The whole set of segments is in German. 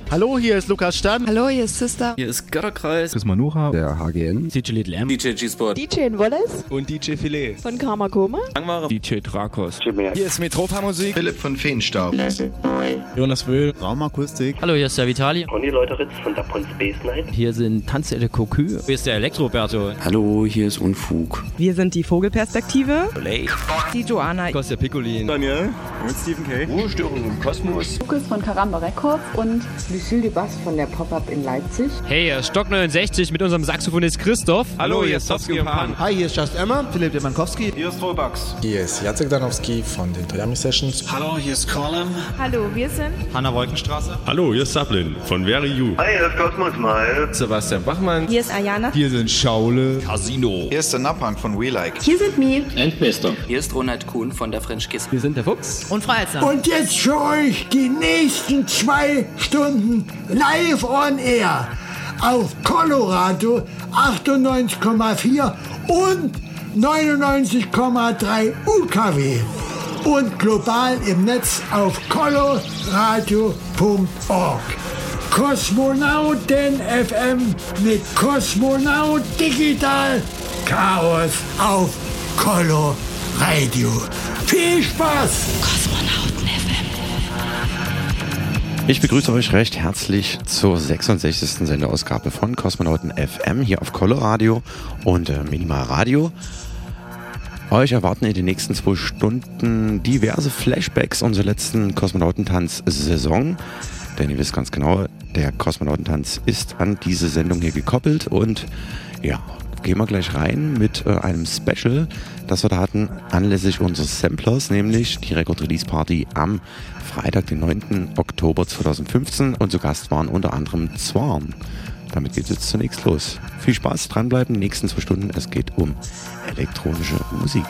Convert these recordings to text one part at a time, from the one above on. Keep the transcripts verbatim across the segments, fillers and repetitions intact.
Hallo, hier ist Lukas Stan. Hallo, hier ist Sister. Hier ist Götterkreis. Chris Manucha. Der H G N. D J Little M. D J G-Sport. D J Wallace. Und D J Filet. Von Karma Koma. Angmare. D J Drakos. Hier ist Metropa Musik. Philipp von Feenstaub. Jonas Wöhl. Raumakustik. Hallo, hier ist der Vitali. Und die Leute Ritz von Dapon Space Night. Hier sind Tanzelle Cocu. Hier ist der Elektroberto. Hallo, hier ist Unfug. Wir sind die Vogelperspektive. Olay. Die Joanna. Kostja Piccolin. Daniel. Und Stephen K. Ruhestörung im Kosmos. Lukas von Karamba Records und Lucille de Bass von der Pop-Up in Leipzig. Hey, hier ist Stock neunundsechzig mit unserem Saxophonist Christoph. Hallo, hier ist Towski und Pan. Hi, hier ist Just Emma. Philipp Demankowski. Hier ist Robux. Hier ist Jacek Danowski von den Triami Sessions. Hallo, hier ist Colin. Hallo, wir sind Hanna Wolkenstraße. Hallo, hier ist Sablin von Very You. Hi, hier ist Cosmos Mal. Sebastian Bachmann. Hier ist Ayana. Hier sind Schaule. Casino. Hier ist der Napang von We Like. Hier sind Mi. Endbester. Hier ist Ronald Kuhn von der French Kiss. Wir sind der Fuchs. Und Freizeit. Und jetzt für euch die nächsten zwei Stunden live on air auf Colorado achtundneunzig Komma vier und neunundneunzig Komma drei U K W und global im Netz auf coloradio punkt org. Kosmonauten F M mit Kosmonaut Digital Chaos auf Colo Radio. Viel Spaß! Kosmonauten F M. Ich begrüße euch recht herzlich zur sechsundsechzigsten Sendeausgabe von Kosmonauten F M hier auf Colo Radio und äh, Minimal Radio. Euch erwarten in den nächsten zwei Stunden diverse Flashbacks unserer letzten Kosmonautentanz-Saison. Denn ihr wisst ganz genau, der Kosmonautentanz ist an diese Sendung hier gekoppelt. Und ja, gehen wir gleich rein mit äh, einem Special, das wir da hatten anlässlich unseres Samplers, nämlich die Record Release Party am Freitag, den neunten Oktober zweitausendfünfzehn. Und zu Gast waren unter anderem Zwarn. Damit geht es jetzt zunächst los. Viel Spaß, dranbleiben, die nächsten zwei Stunden. Es geht um elektronische Musik.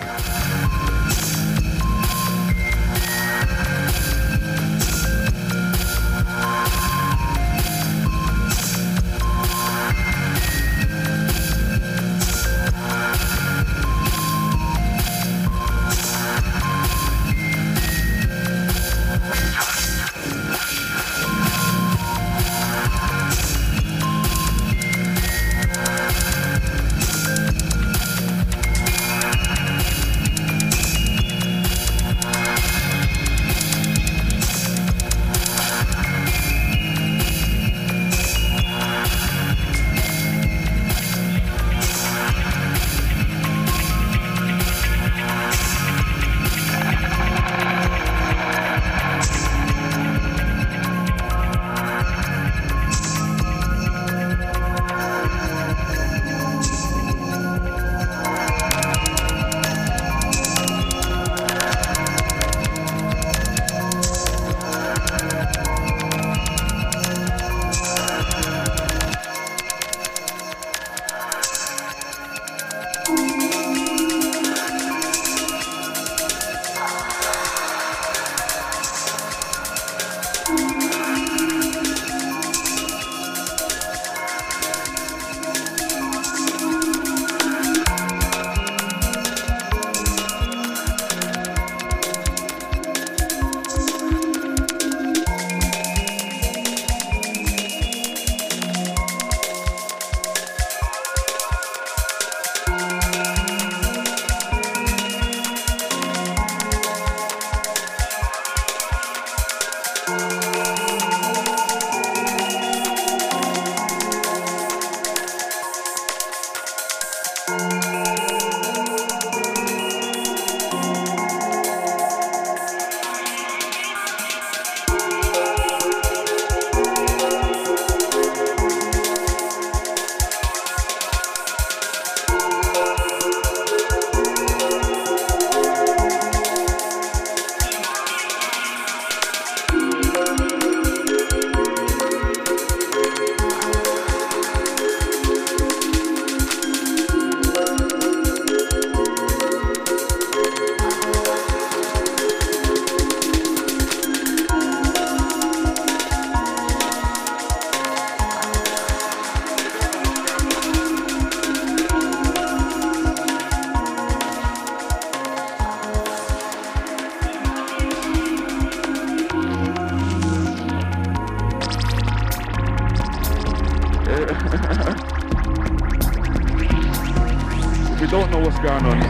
going on?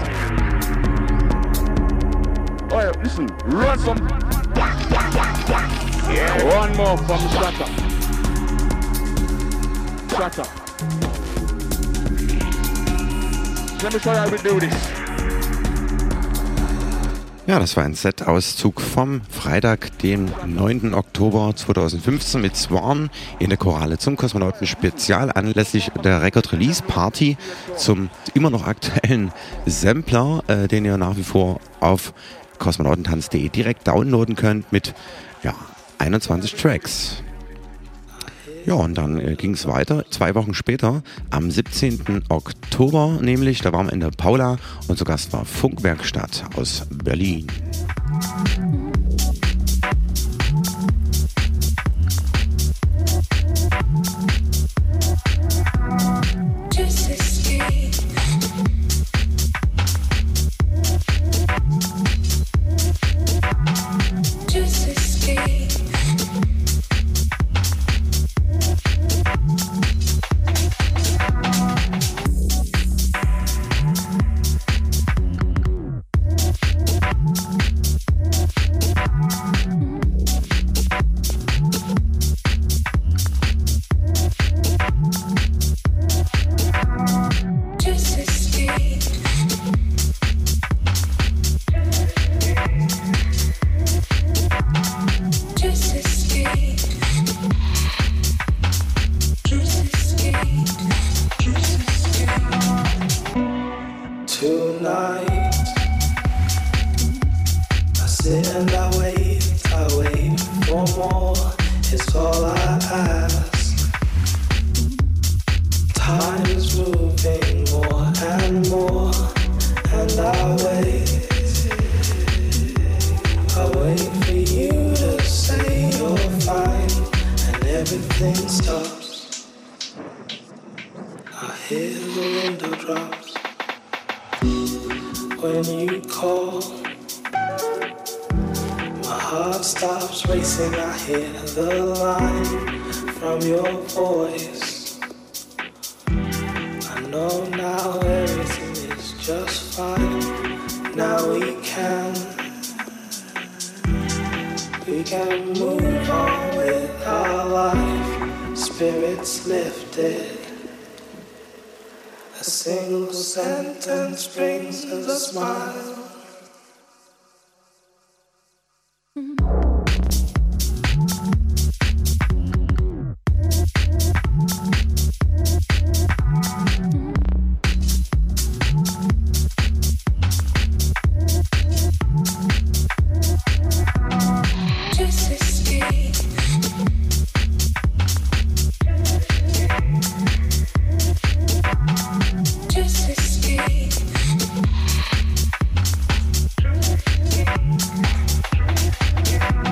Oh, yeah, listen, run some. Yeah. One more from Shatter. Shatter. Let me show you how we do this. Ja, das war ein Set-Auszug vom Freitag, dem neunten Oktober zweitausendfünfzehn mit Swan in der Chorale zum Kosmonauten-Spezial anlässlich der Record-Release-Party zum immer noch aktuellen Sampler, äh, den ihr nach wie vor auf kosmonautentanz punkt de direkt downloaden könnt mit ja, einundzwanzig Tracks. Ja, und dann äh, ging es weiter, zwei Wochen später, am siebzehnten Oktober nämlich, da waren wir in der Paula und zu Gast war Funkwerkstatt aus Berlin. Just escape.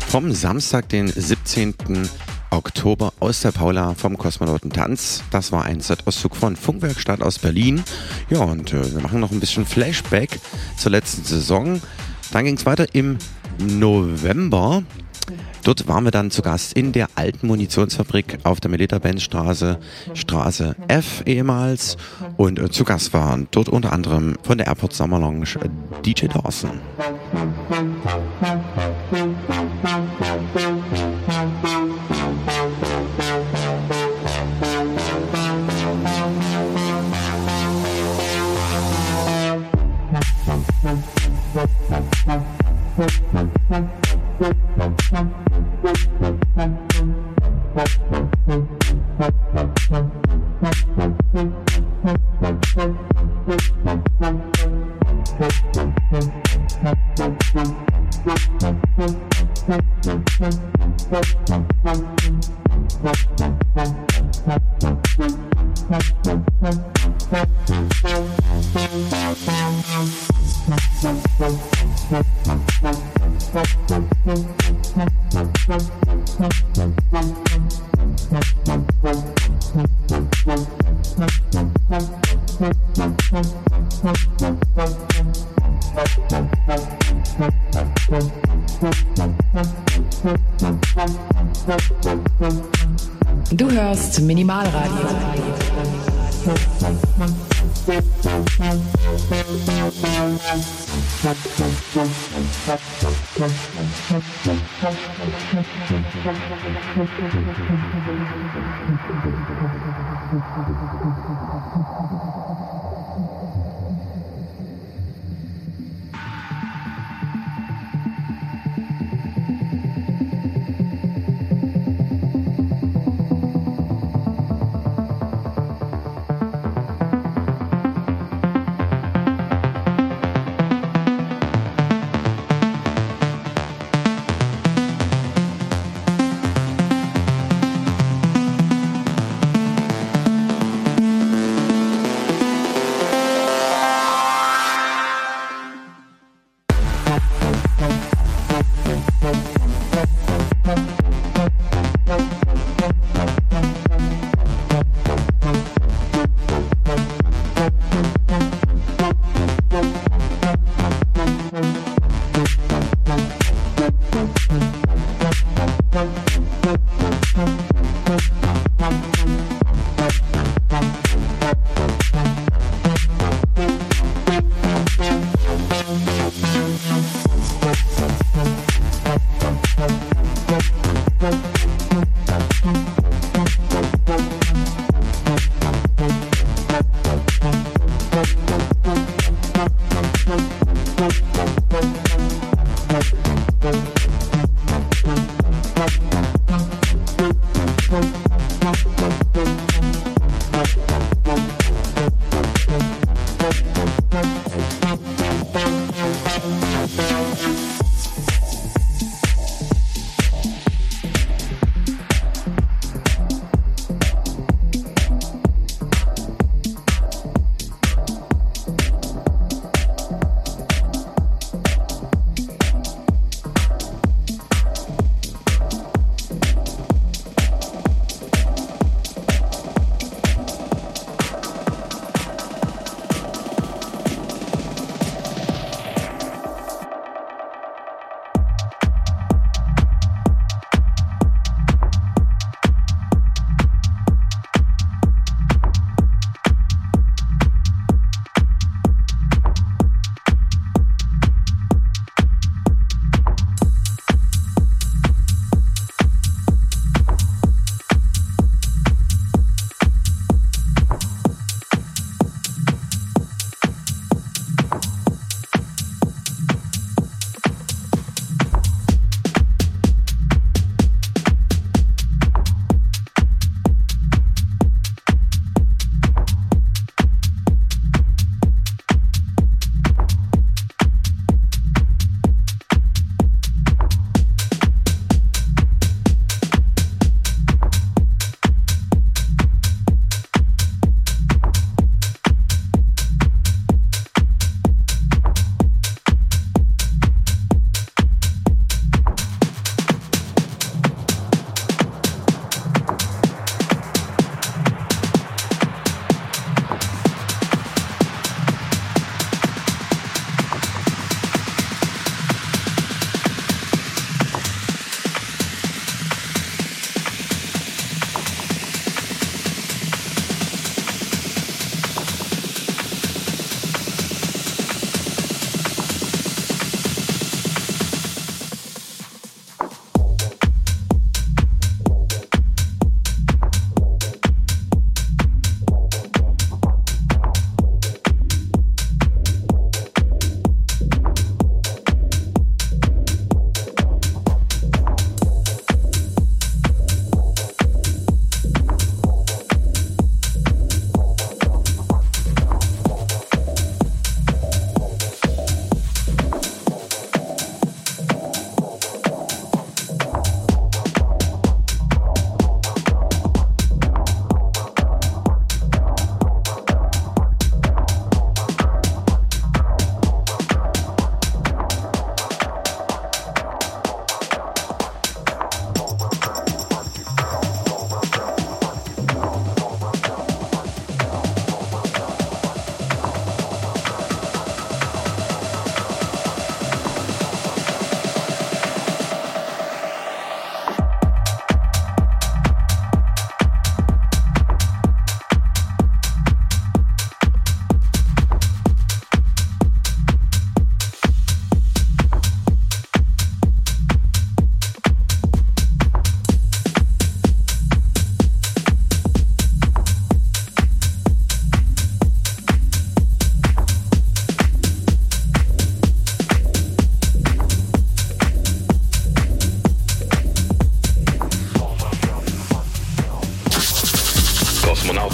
vom Samstag, den siebzehnten Oktober aus der Paula vom Kosmonautentanz. Das war ein Set-Auszug von Funkwerkstatt aus Berlin. Ja, und äh, wir machen noch ein bisschen Flashback zur letzten Saison. Dann ging es weiter im November. Dort waren wir dann zu Gast in der alten Munitionsfabrik auf der Melita-Benz-Straße, Straße F ehemals. Und äh, zu Gast waren dort unter anderem von der Airport Summer Lounge äh, D J Dawson. Du hörst Minimalradio.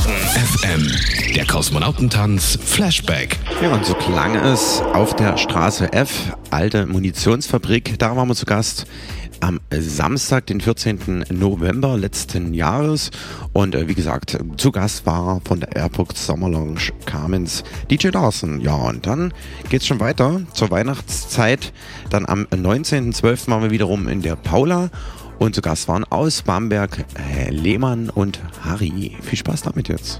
Kosmonauten F M. Der Kosmonautentanz Flashback. Ja, und so klang es auf der Straße F, alte Munitionsfabrik. Da waren wir zu Gast am Samstag, den vierzehnten November letzten Jahres. Und äh, wie gesagt, zu Gast war von der Airbox Summer Lounge Carmens D J Larsen. Ja, und dann geht's schon weiter zur Weihnachtszeit. Dann am neunzehnten zwölften waren wir wiederum in der Paula. Und zu Gast waren aus Bamberg äh, Lehmann und Harry. Viel Spaß damit jetzt.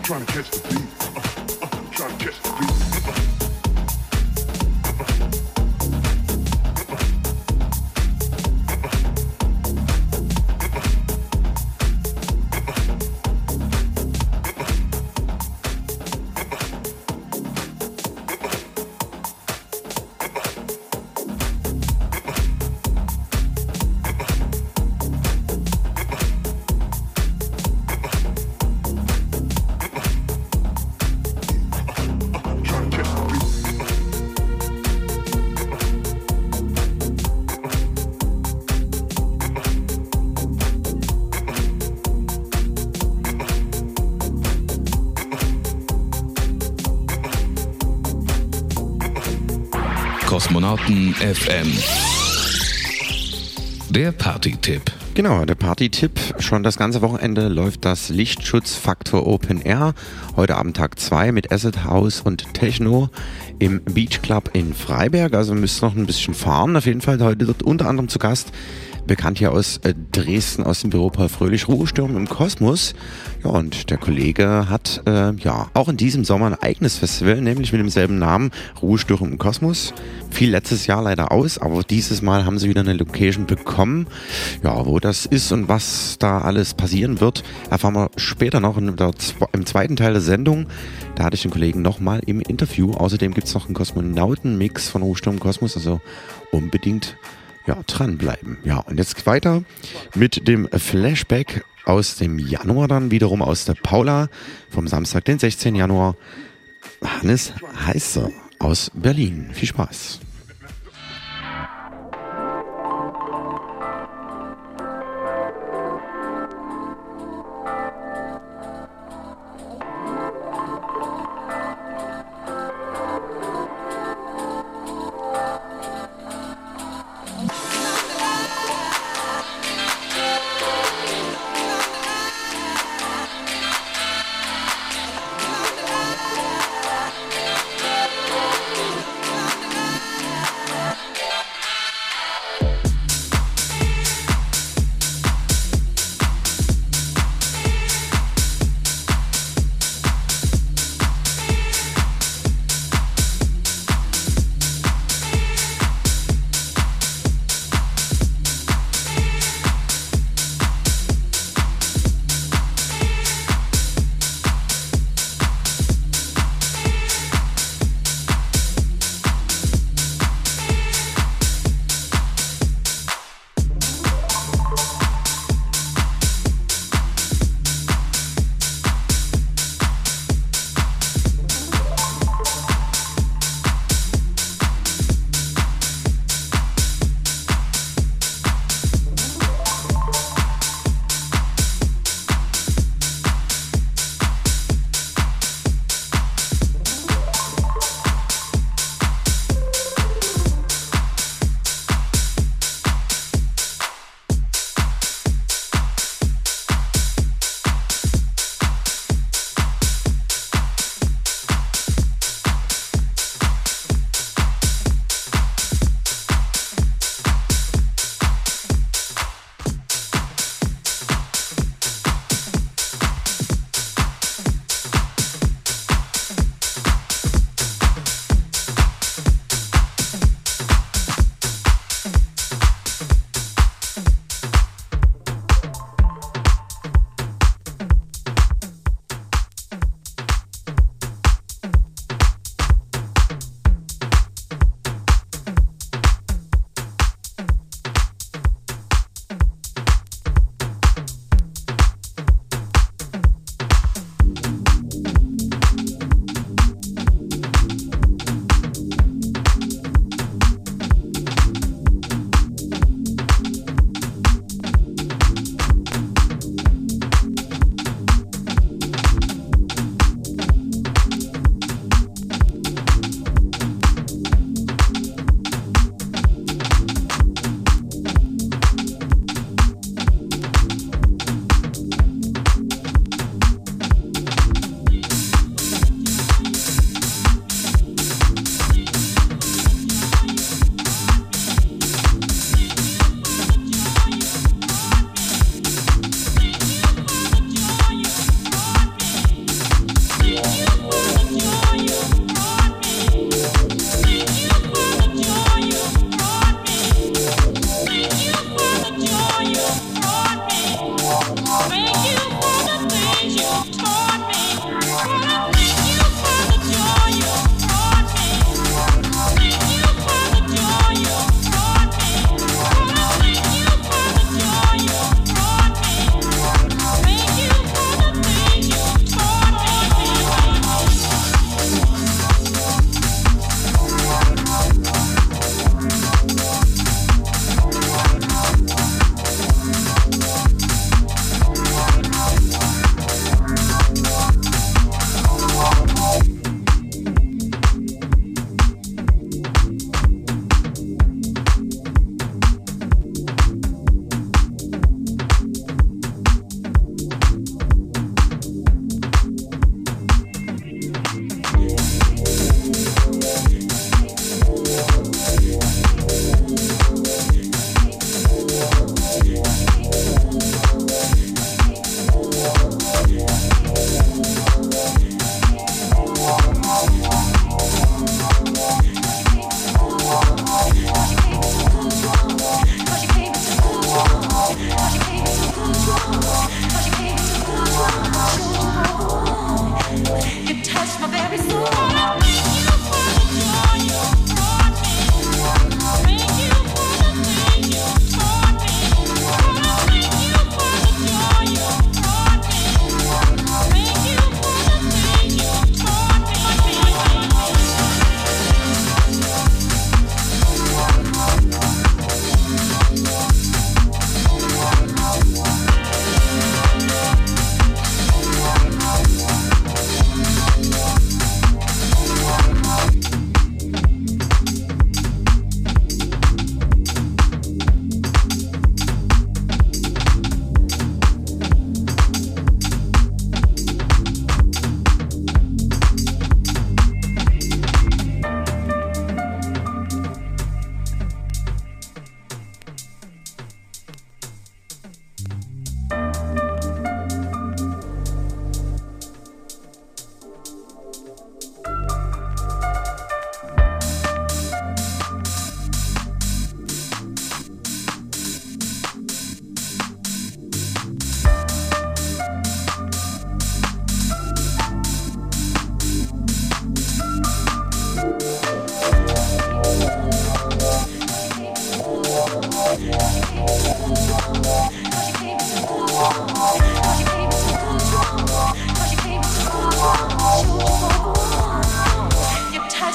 trying to catch the beat. Uh, uh, trying to catch the beat. Kosmonauten F M. Der Party-Tipp. Genau, der Party-Tipp. Schon das ganze Wochenende läuft das Lichtschutzfaktor Open Air. Heute Abend Tag zwei mit Acid House und Techno im Beach Club in Freiberg. Also wir müssen noch ein bisschen fahren. Auf jeden Fall heute dort unter anderem zu Gast, bekannt hier aus äh, Dresden, aus dem Büro Paul Fröhlich, Ruhestörung im Kosmos. Ja, und der Kollege hat äh, ja auch in diesem Sommer ein eigenes Festival, nämlich mit demselben Namen, Ruhestörung im Kosmos. Fiel letztes Jahr leider aus, aber dieses Mal haben sie wieder eine Location bekommen. Ja, wo das ist und was da alles passieren wird, erfahren wir später noch in der, im zweiten Teil der Sendung. Da hatte ich den Kollegen nochmal im Interview. Außerdem gibt es noch einen Kosmonauten-Mix von Ruhestörung im Kosmos, also unbedingt ja, dranbleiben. Ja, und jetzt weiter mit dem Flashback aus dem Januar, dann wiederum aus der Paula vom Samstag, den sechzehnten Januar. Hannes Heißer aus Berlin. Viel Spaß.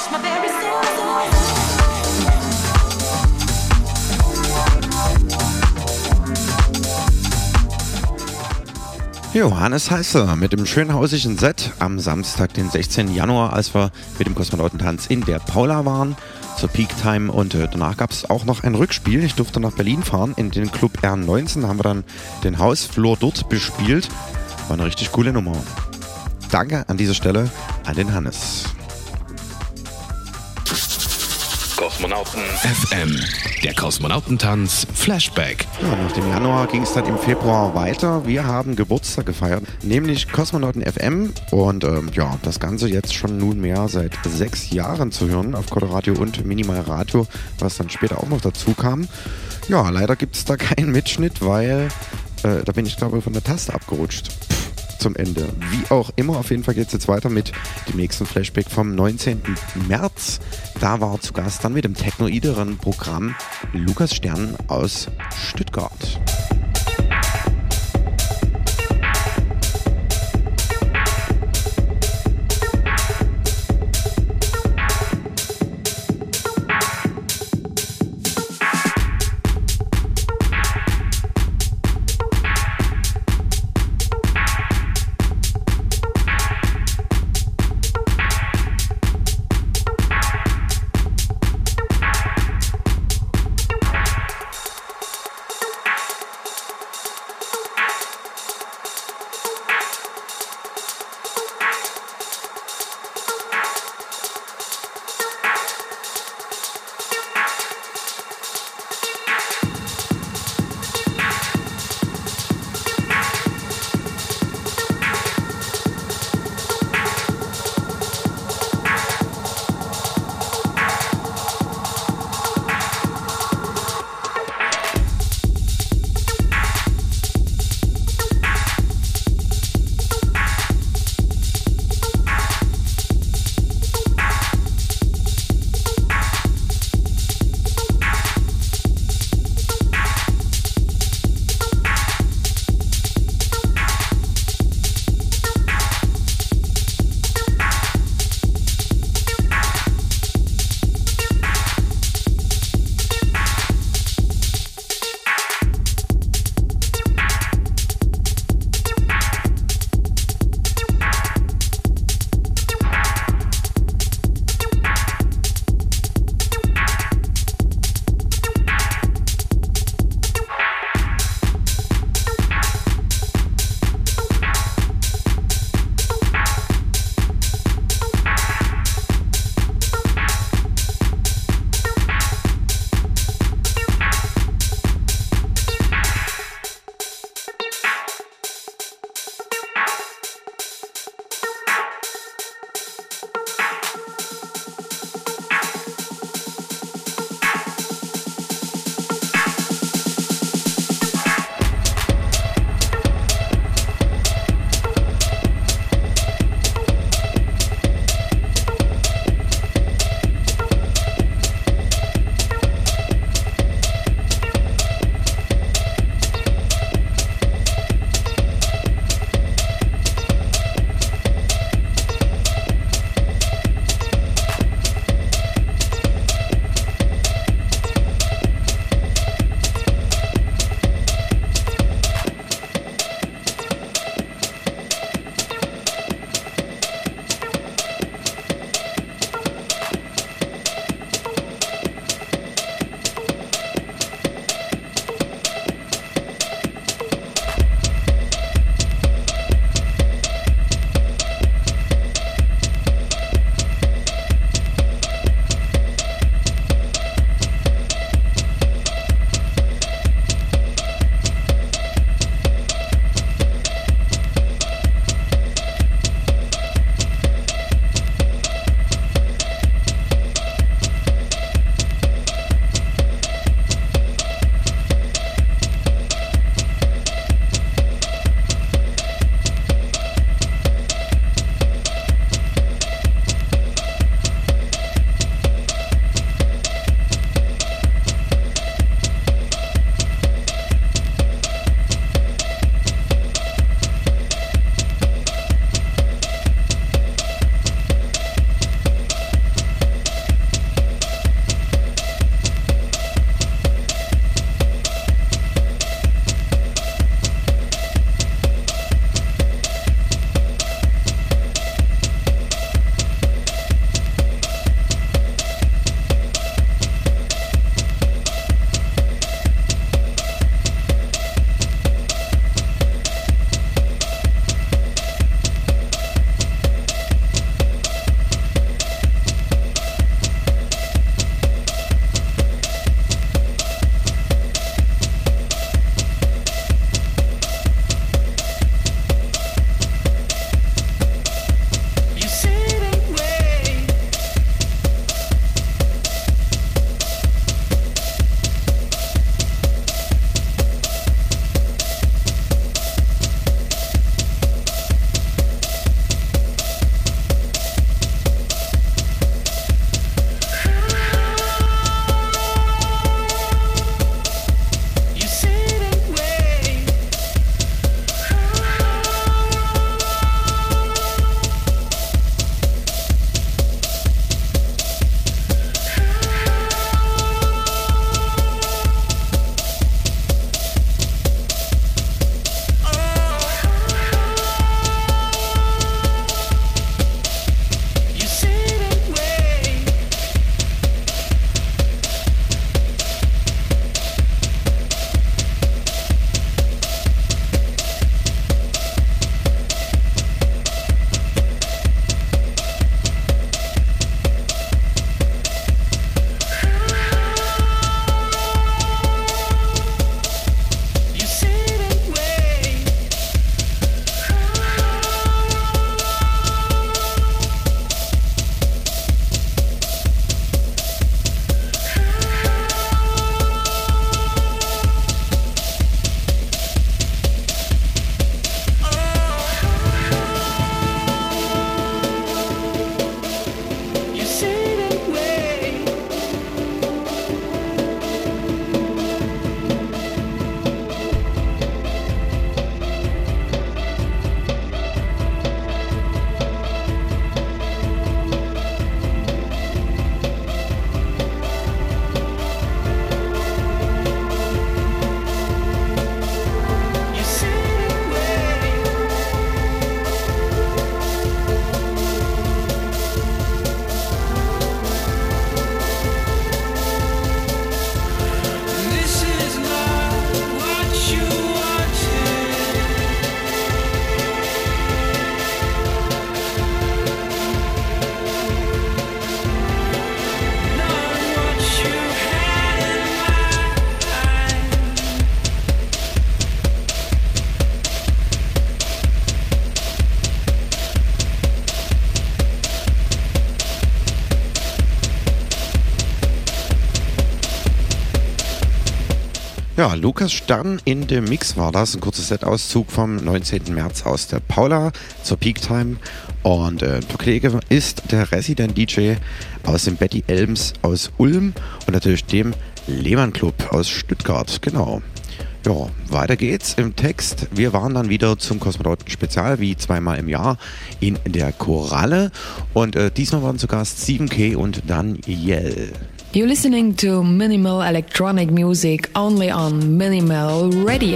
Johannes Heißer mit dem schönen hausigen Set am Samstag, den sechzehnten Januar, als wir mit dem Kosmonautentanz in der Paula waren, zur Peak Time, und äh, danach gab es auch noch ein Rückspiel. Ich durfte nach Berlin fahren, in den Club R neunzehn, da haben wir dann den Hausflur dort bespielt. War eine richtig coole Nummer. Danke an dieser Stelle an den Hannes. Kosmonauten F M, der Kosmonautentanz Flashback. Ja, nach dem Januar ging es dann im Februar weiter. Wir haben Geburtstag gefeiert, nämlich Kosmonauten F M. Und ähm, ja, das Ganze jetzt schon nunmehr seit sechs Jahren zu hören auf Coloradio und Minimal Radio, was dann später auch noch dazu kam. Ja, leider gibt es da keinen Mitschnitt, weil äh, da bin ich, glaube ich, von der Taste abgerutscht. Zum Ende. Wie auch immer, auf jeden Fall geht es jetzt weiter mit dem nächsten Flashback vom neunzehnten März. Da war zu Gast dann mit dem technoideren Programm Lukas Stern aus Stuttgart. Ja, Lukas Stern in dem Mix war das. Ein kurzer Set-Auszug vom neunzehnten März aus der Paula zur Peak Time. Und äh, der Kollege ist der Resident D J aus dem Betty Elms aus Ulm und natürlich dem Lehmann Club aus Stuttgart. Genau. Ja, weiter geht's im Text. Wir waren dann wieder zum Kosmonauten-Spezial, wie zweimal im Jahr, in der Koralle. Und äh, diesmal waren zu Gast sieben K und Daniel. You're listening to Minimal Electronic Music only on Minimal Radio.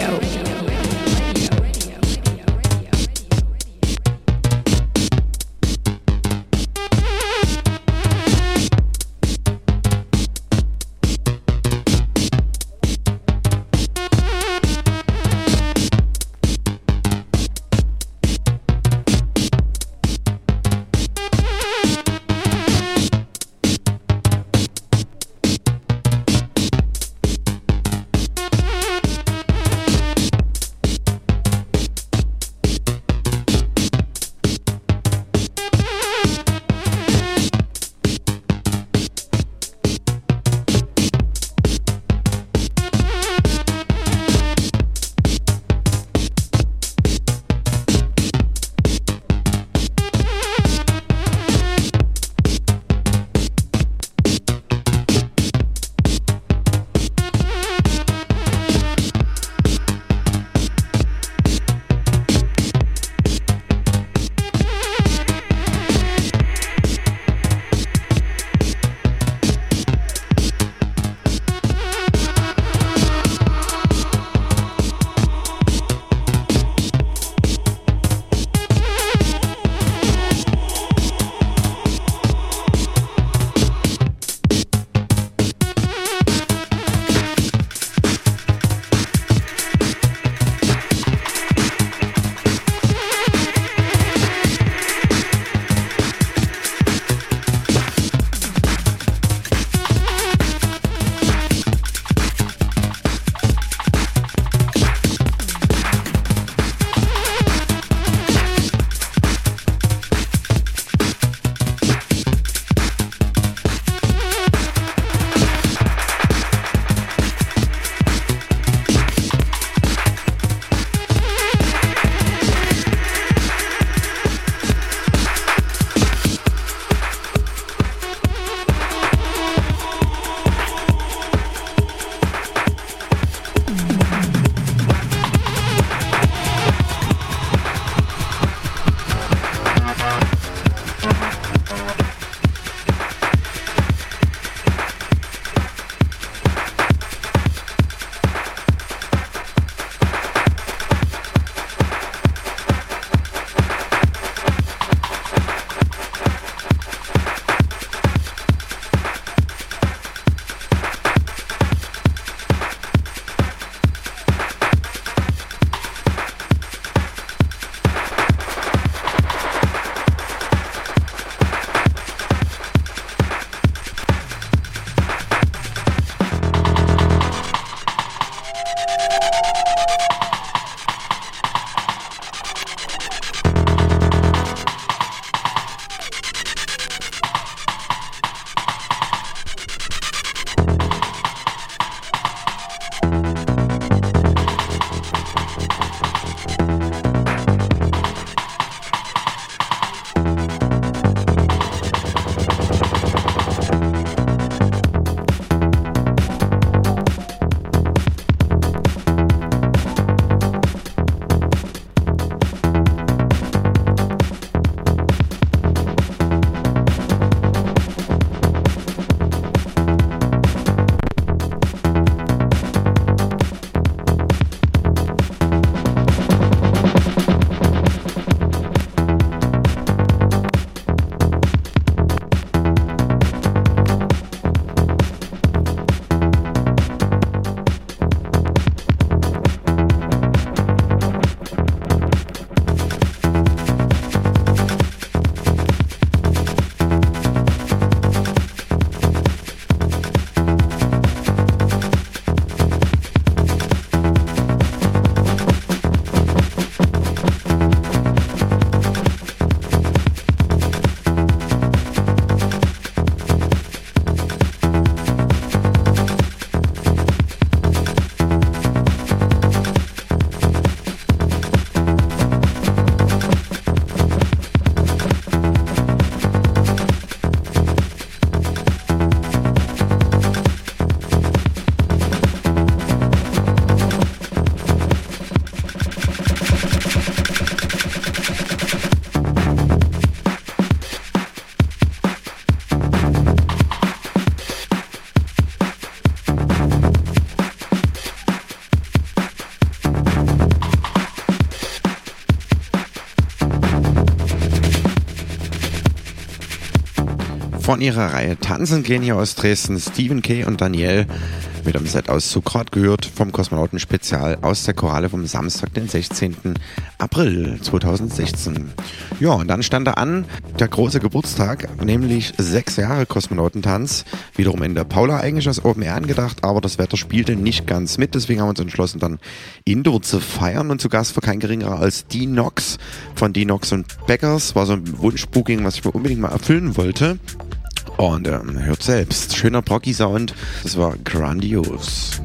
Von ihrer Reihe Tanzen gehen hier aus Dresden Stephen K. und Danielle mit einem Set-Auszug gerade gehört vom Kosmonauten-Spezial aus der Chorale vom Samstag, den sechzehnten April zweitausendsechzehn. Ja, und dann stand da an der große Geburtstag, nämlich sechs Jahre Kosmonautentanz. Wiederum in der Paula eigentlich als Open Air angedacht, aber das Wetter spielte nicht ganz mit. Deswegen haben wir uns entschlossen, dann Indoor zu feiern. Und zu Gast war kein geringerer als D-Nox von D-Nox und Beckers. War so ein Wunschbooking, was ich mir unbedingt mal erfüllen wollte. Und ähm, hört selbst, schöner Proggy-Sound, das war grandios.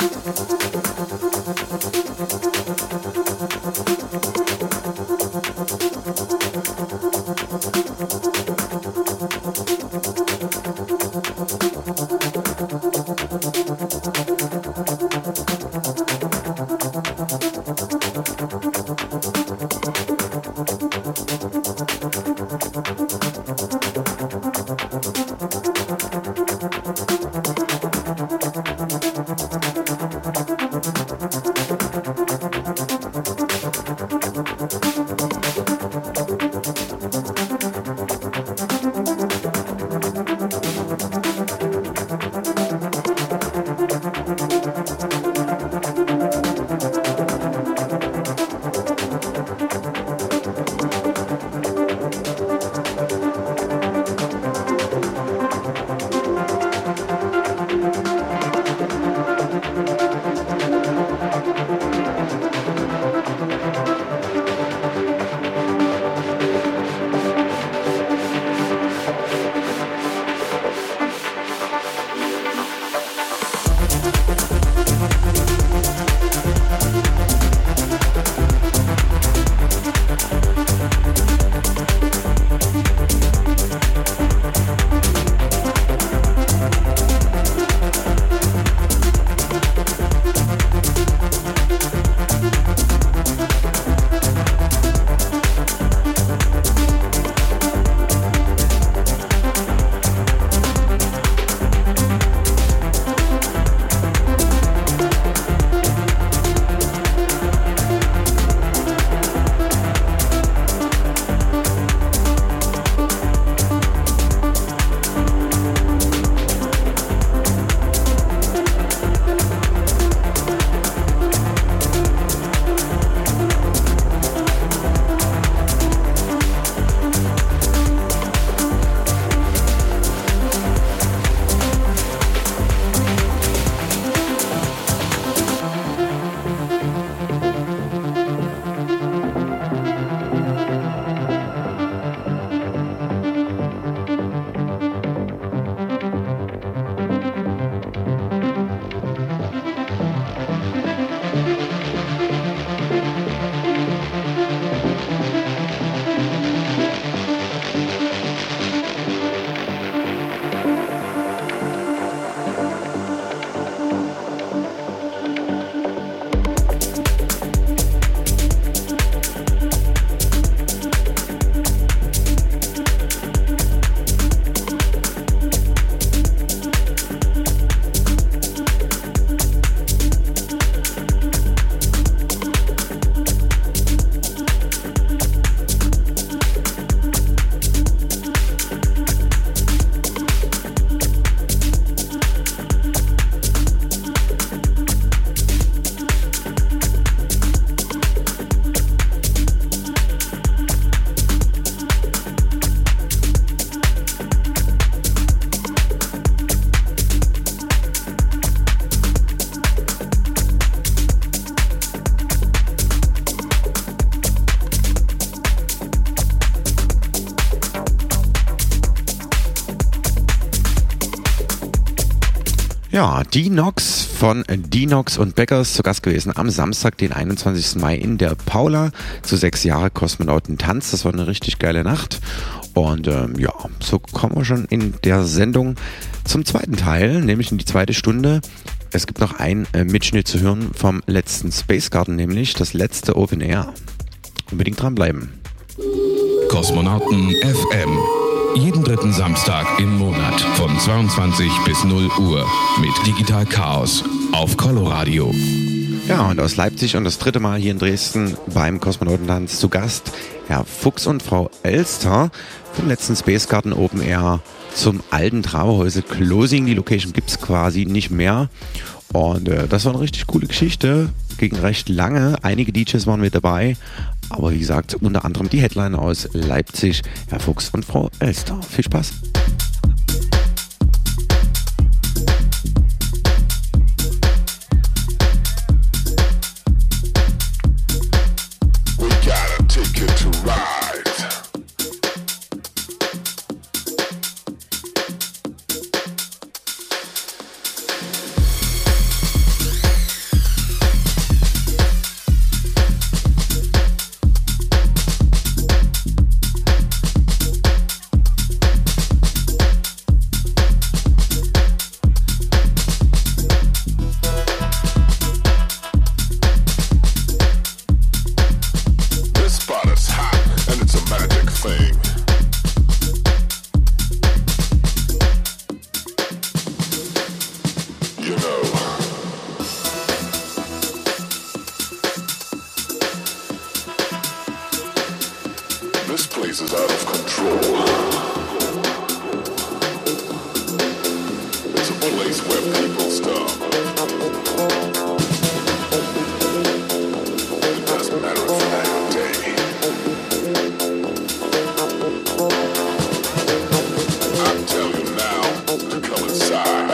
Ja, Dinox von Dinox und Beckers zu Gast gewesen am Samstag, den einundzwanzigsten Mai in der Paula zu sechs Jahre Kosmonautentanz. Das war eine richtig geile Nacht. Und ähm, ja, so kommen wir schon in der Sendung zum zweiten Teil, nämlich in die zweite Stunde. Es gibt noch einen äh, Mitschnitt zu hören vom letzten Space Garden, nämlich das letzte Open Air. Unbedingt dranbleiben. Kosmonauten F M. Jeden dritten Samstag im Monat von zweiundzwanzig bis null Uhr mit Digital Chaos auf Coloradio. Ja, und aus Leipzig und das dritte Mal hier in Dresden beim Kosmonautentanz zu Gast Herr Fuchs und Frau Elster vom letzten Space Garden Open Air zum alten Traberhäuser Closing. Die Location gibt es quasi nicht mehr. Und äh, das war eine richtig coole Geschichte. Ging recht lange. Einige D Js waren mit dabei. Aber wie gesagt, unter anderem die Headliner aus Leipzig, Herr Fuchs und Frau Elster. Viel Spaß. place is out of control. It's a place where people stop. It doesn't matter if night or day. I tell you now to come inside.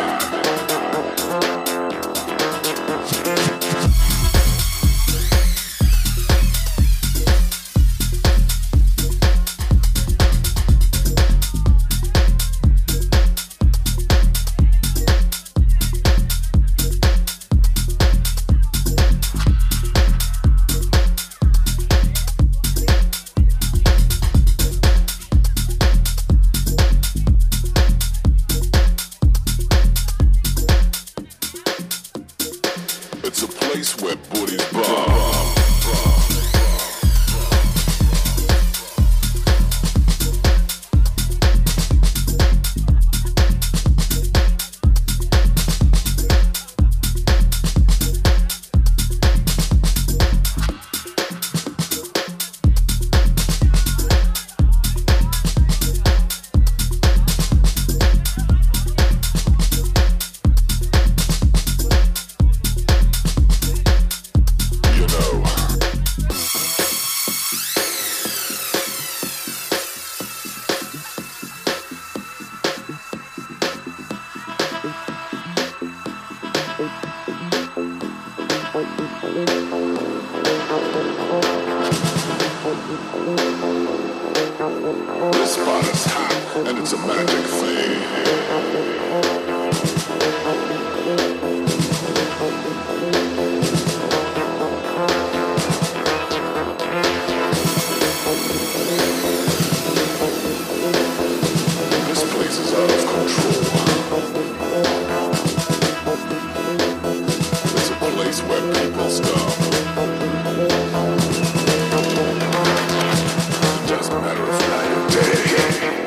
This spot is hot and it's a magic thing. This place is out of control. It's a place where people stop. It doesn't matter if night or day.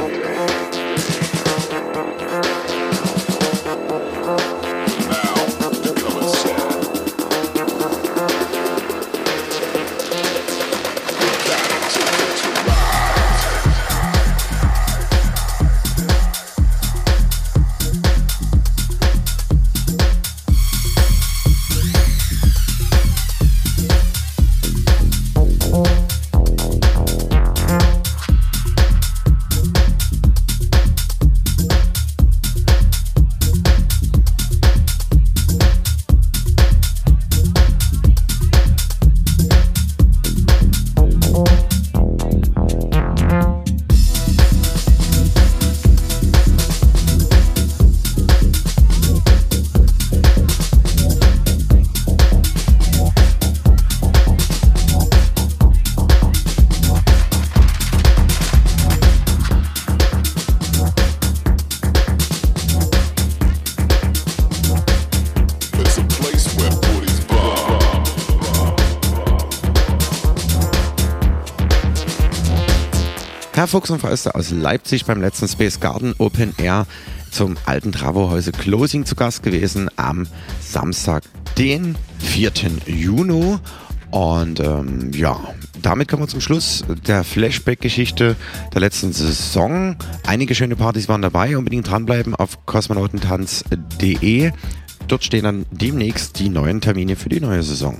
Herr Fuchs und Förster aus Leipzig beim letzten Space Garden Open Air zum alten Travohäuser Closing zu Gast gewesen am Samstag, den vierten Juni. Und ähm, ja, damit kommen wir zum Schluss der Flashback-Geschichte der letzten Saison. Einige schöne Partys waren dabei. Unbedingt dranbleiben auf kosmonautentanz punkt de. Dort stehen dann demnächst die neuen Termine für die neue Saison.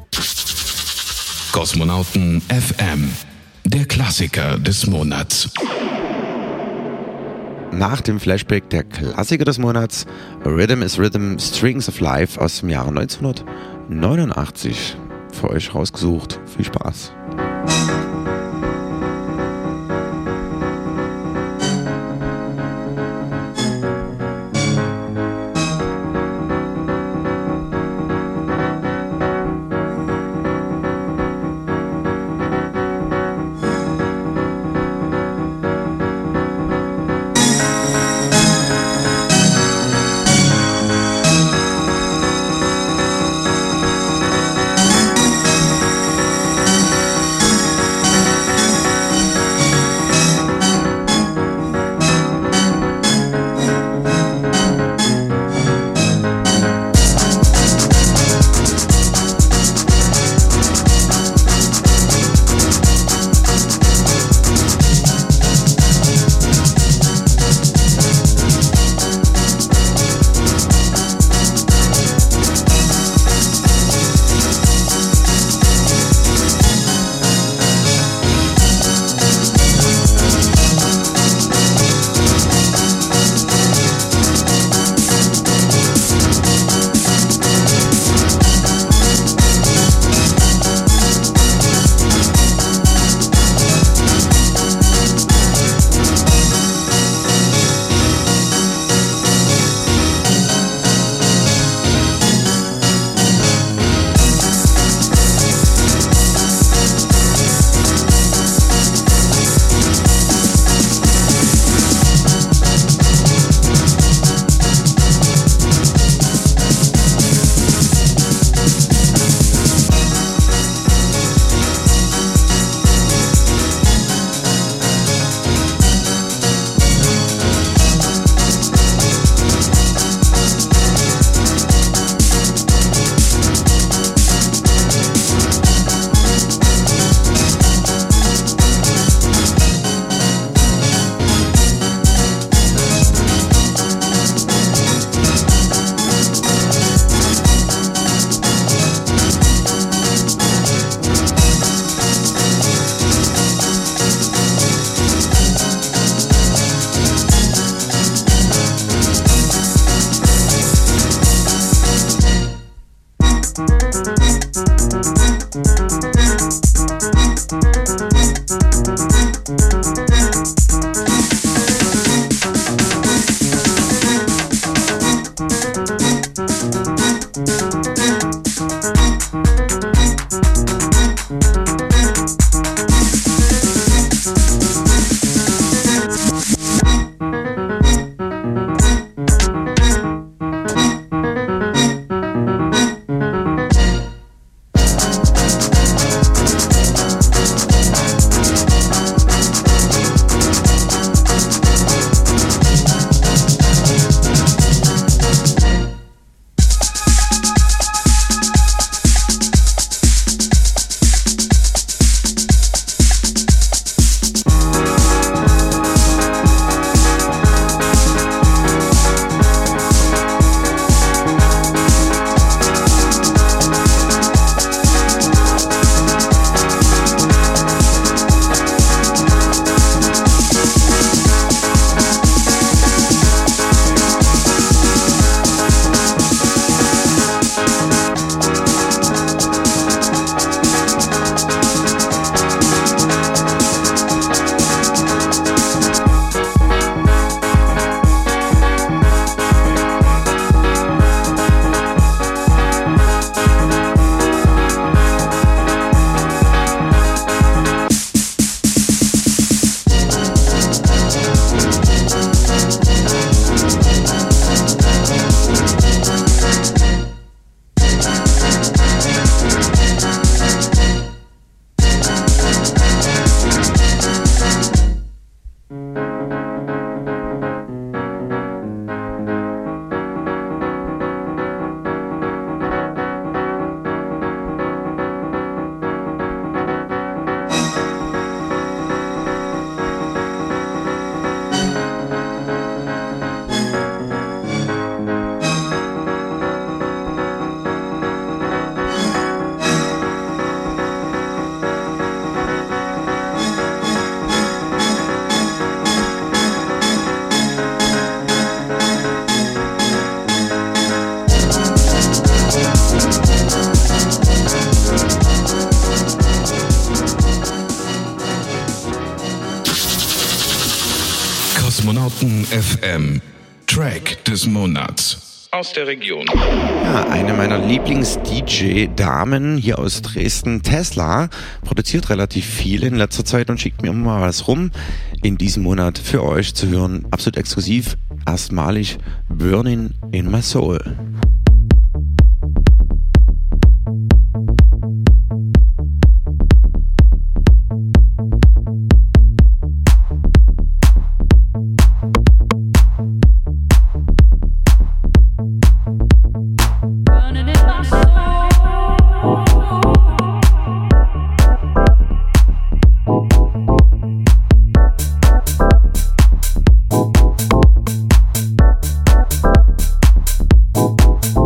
Kosmonauten F M, der Klassiker des Monats. Nach dem Flashback der Klassiker des Monats, Rhythm is Rhythm, Strings of Life aus dem Jahre neunzehnhundertneunundachtzig. Für euch rausgesucht. Viel Spaß. Kosmonauten F M, Track des Monats aus der Region. Ja, eine meiner Lieblings-D J-Damen hier aus Dresden, Tesla, produziert relativ viel in letzter Zeit und schickt mir immer mal was rum. In diesem Monat für euch zu hören, absolut exklusiv, erstmalig Burning in My Soul. We'll be right back.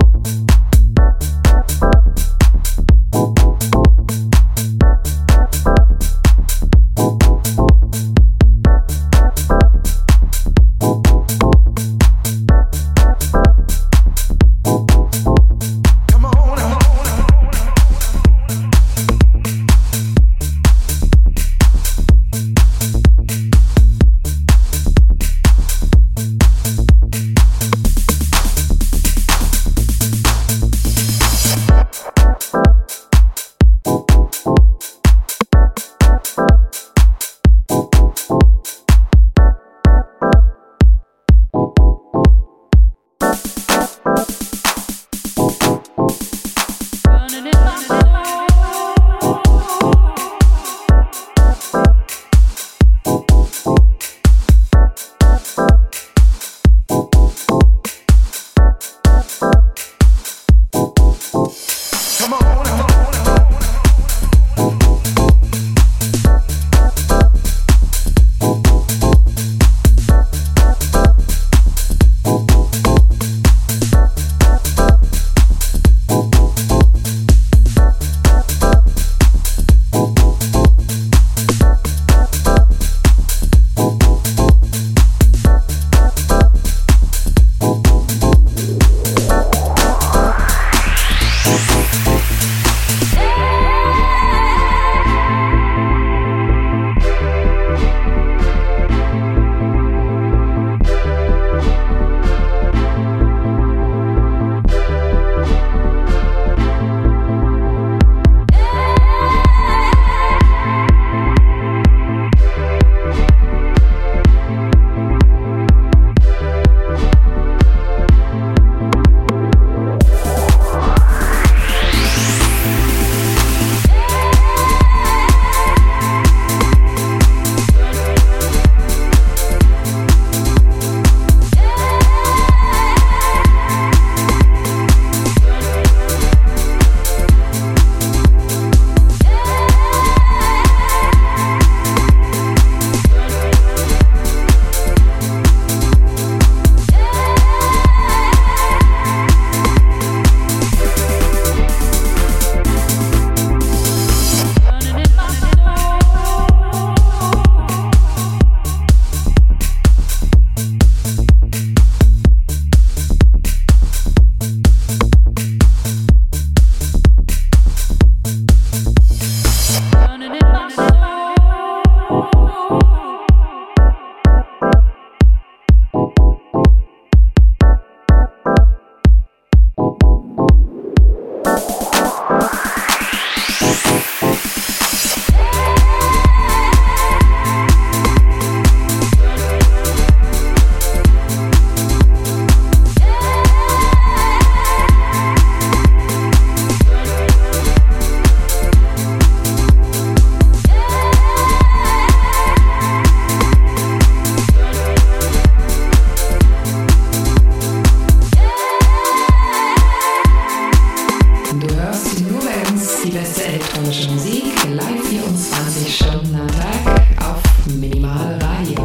die beste elektronische Musik live vierundzwanzig Stunden am Tag auf Minimal Radio.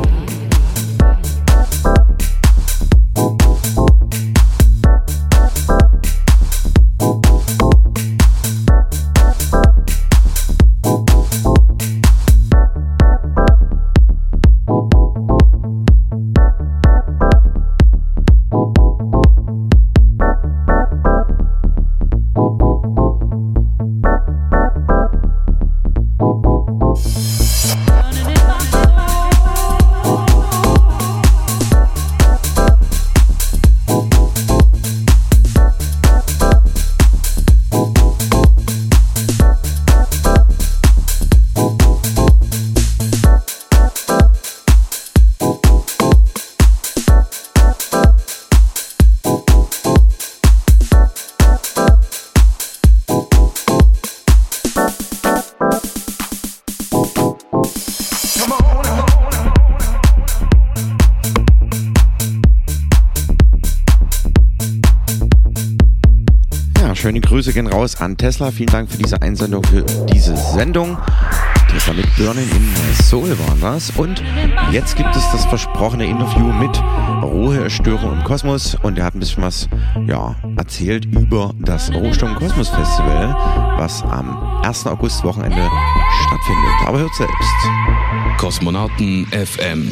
Schöne Grüße gehen raus an Tesla. Vielen Dank für diese Einsendung, für diese Sendung. Tesla mit Burning in Soul waren das. Und jetzt gibt es das versprochene Interview mit Ruhestörung im Kosmos. Und er hat ein bisschen was ja, erzählt über das Ruhestörung im Kosmos Festival, was am ersten August Wochenende stattfindet. Aber hört selbst. Kosmonauten F M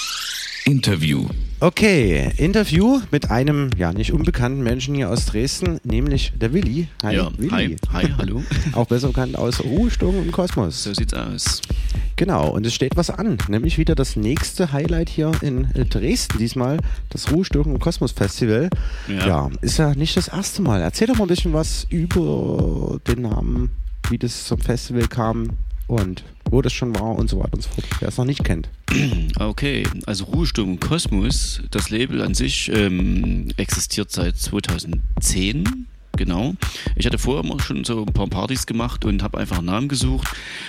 Interview. Okay, Interview mit einem, ja, nicht unbekannten Menschen hier aus Dresden, nämlich der Willi. Hi, ja, Willi. Hi, hi, hallo. Auch besser bekannt aus Ruhestörung im Kosmos. So sieht's aus. Genau, und es steht was an, nämlich wieder das nächste Highlight hier in Dresden, diesmal das Ruhestörung im Kosmos Festival. Ja. ja, ist ja nicht das erste Mal. Erzähl doch mal ein bisschen was über den Namen, wie das zum Festival kam und wo das schon war und so weiter und so fort, wer es noch nicht kennt. Okay, also Ruhestörung im Kosmos, das Label an sich ähm, existiert seit zweitausendzehn, genau. Ich hatte vorher immer schon so ein paar Partys gemacht und habe einfach einen Namen gesucht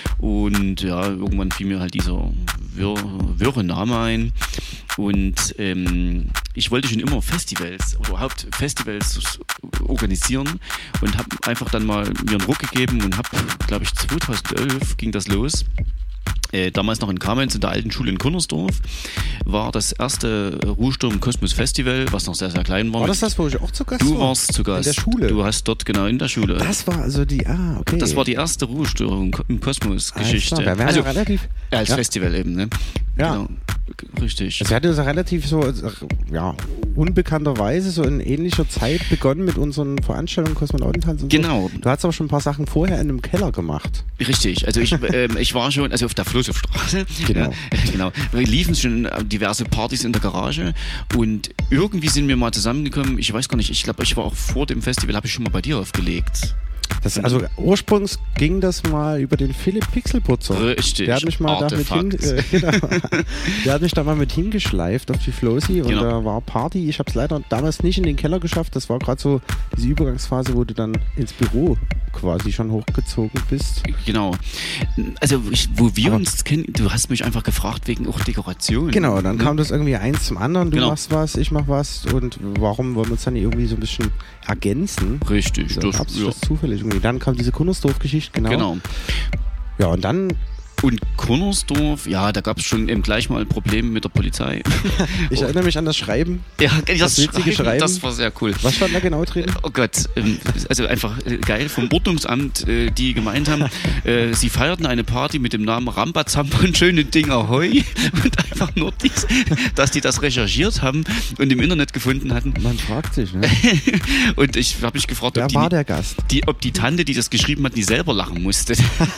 und ja, irgendwann fiel mir halt dieser wirr, wirre Name ein und ähm, ich wollte schon immer Festivals oder überhaupt Festivals organisieren und habe einfach dann mal mir einen Ruck gegeben und habe, glaube ich, zweitausendelf ging das los. Äh, damals noch in Kamenz in der alten Schule in Kunnersdorf war das erste Ruhestörung im Kosmos Festival, was noch sehr, sehr klein war. War das das, wo ich auch zu Gast war? Du warst zu Gast. In der Schule? Du hast dort, genau, in der Schule. Das war also die, ah, okay. Das war die erste Ruhestörung im Kosmos-Geschichte. Ah, also, ja relativ, als ja. Festival eben, ne? Ja. Genau. Richtig. Also wir hatten das relativ so, ja, unbekannterweise so in ähnlicher Zeit begonnen mit unseren Veranstaltungen Kosmonautentanz und genau. So. Du hast aber schon ein paar Sachen vorher in einem Keller gemacht. Richtig. Also ich, ähm, ich war schon, also auf der Floßhofstraße. Genau. Ja, genau. Wir liefen schon diverse Partys in der Garage und irgendwie sind wir mal zusammengekommen. Ich weiß gar nicht, ich glaube, ich war auch vor dem Festival, habe ich schon mal bei dir aufgelegt. Das, also ursprünglich ging das mal über den Philipp Pixelputzer. Richtig. Der hat mich mal da mit hin, äh, genau. Der hat mich da mal mit hingeschleift auf die Flosi und genau. Da war Party. Ich habe es leider damals nicht in den Keller geschafft. Das war gerade so diese Übergangsphase, wo du dann ins Büro quasi schon hochgezogen bist. Genau. Also ich, wo wir Aber uns kennen, du hast mich einfach gefragt wegen auch Dekoration. Genau, dann ne? kam das irgendwie eins zum anderen. Du genau. machst was, ich mach was und warum wollen wir uns dann irgendwie so ein bisschen ergänzen? Richtig. Das, das, ja. das zufällig irgendwie. Dann kam diese Kunnersdorf-Geschichte, genau. Genau. Ja, und dann... Und Kunnersdorf, ja, da gab es schon eben gleich mal Probleme mit der Polizei. Ich oh. erinnere mich an das Schreiben. Ja, das, das witzige Schreiben, Schreiben. Das war sehr cool. Was stand da genau drin? Oh Gott, also einfach geil vom Ordnungsamt, die gemeint haben, sie feierten eine Party mit dem Namen Rambazamba und schöne Ding Ahoi. Und einfach nur dies, dass die das recherchiert haben und im Internet gefunden hatten. Man fragt sich, ne? Und ich habe mich gefragt, Wer ob die, war der Gast? Die, ob die Tante, die das geschrieben hat, die selber lachen musste.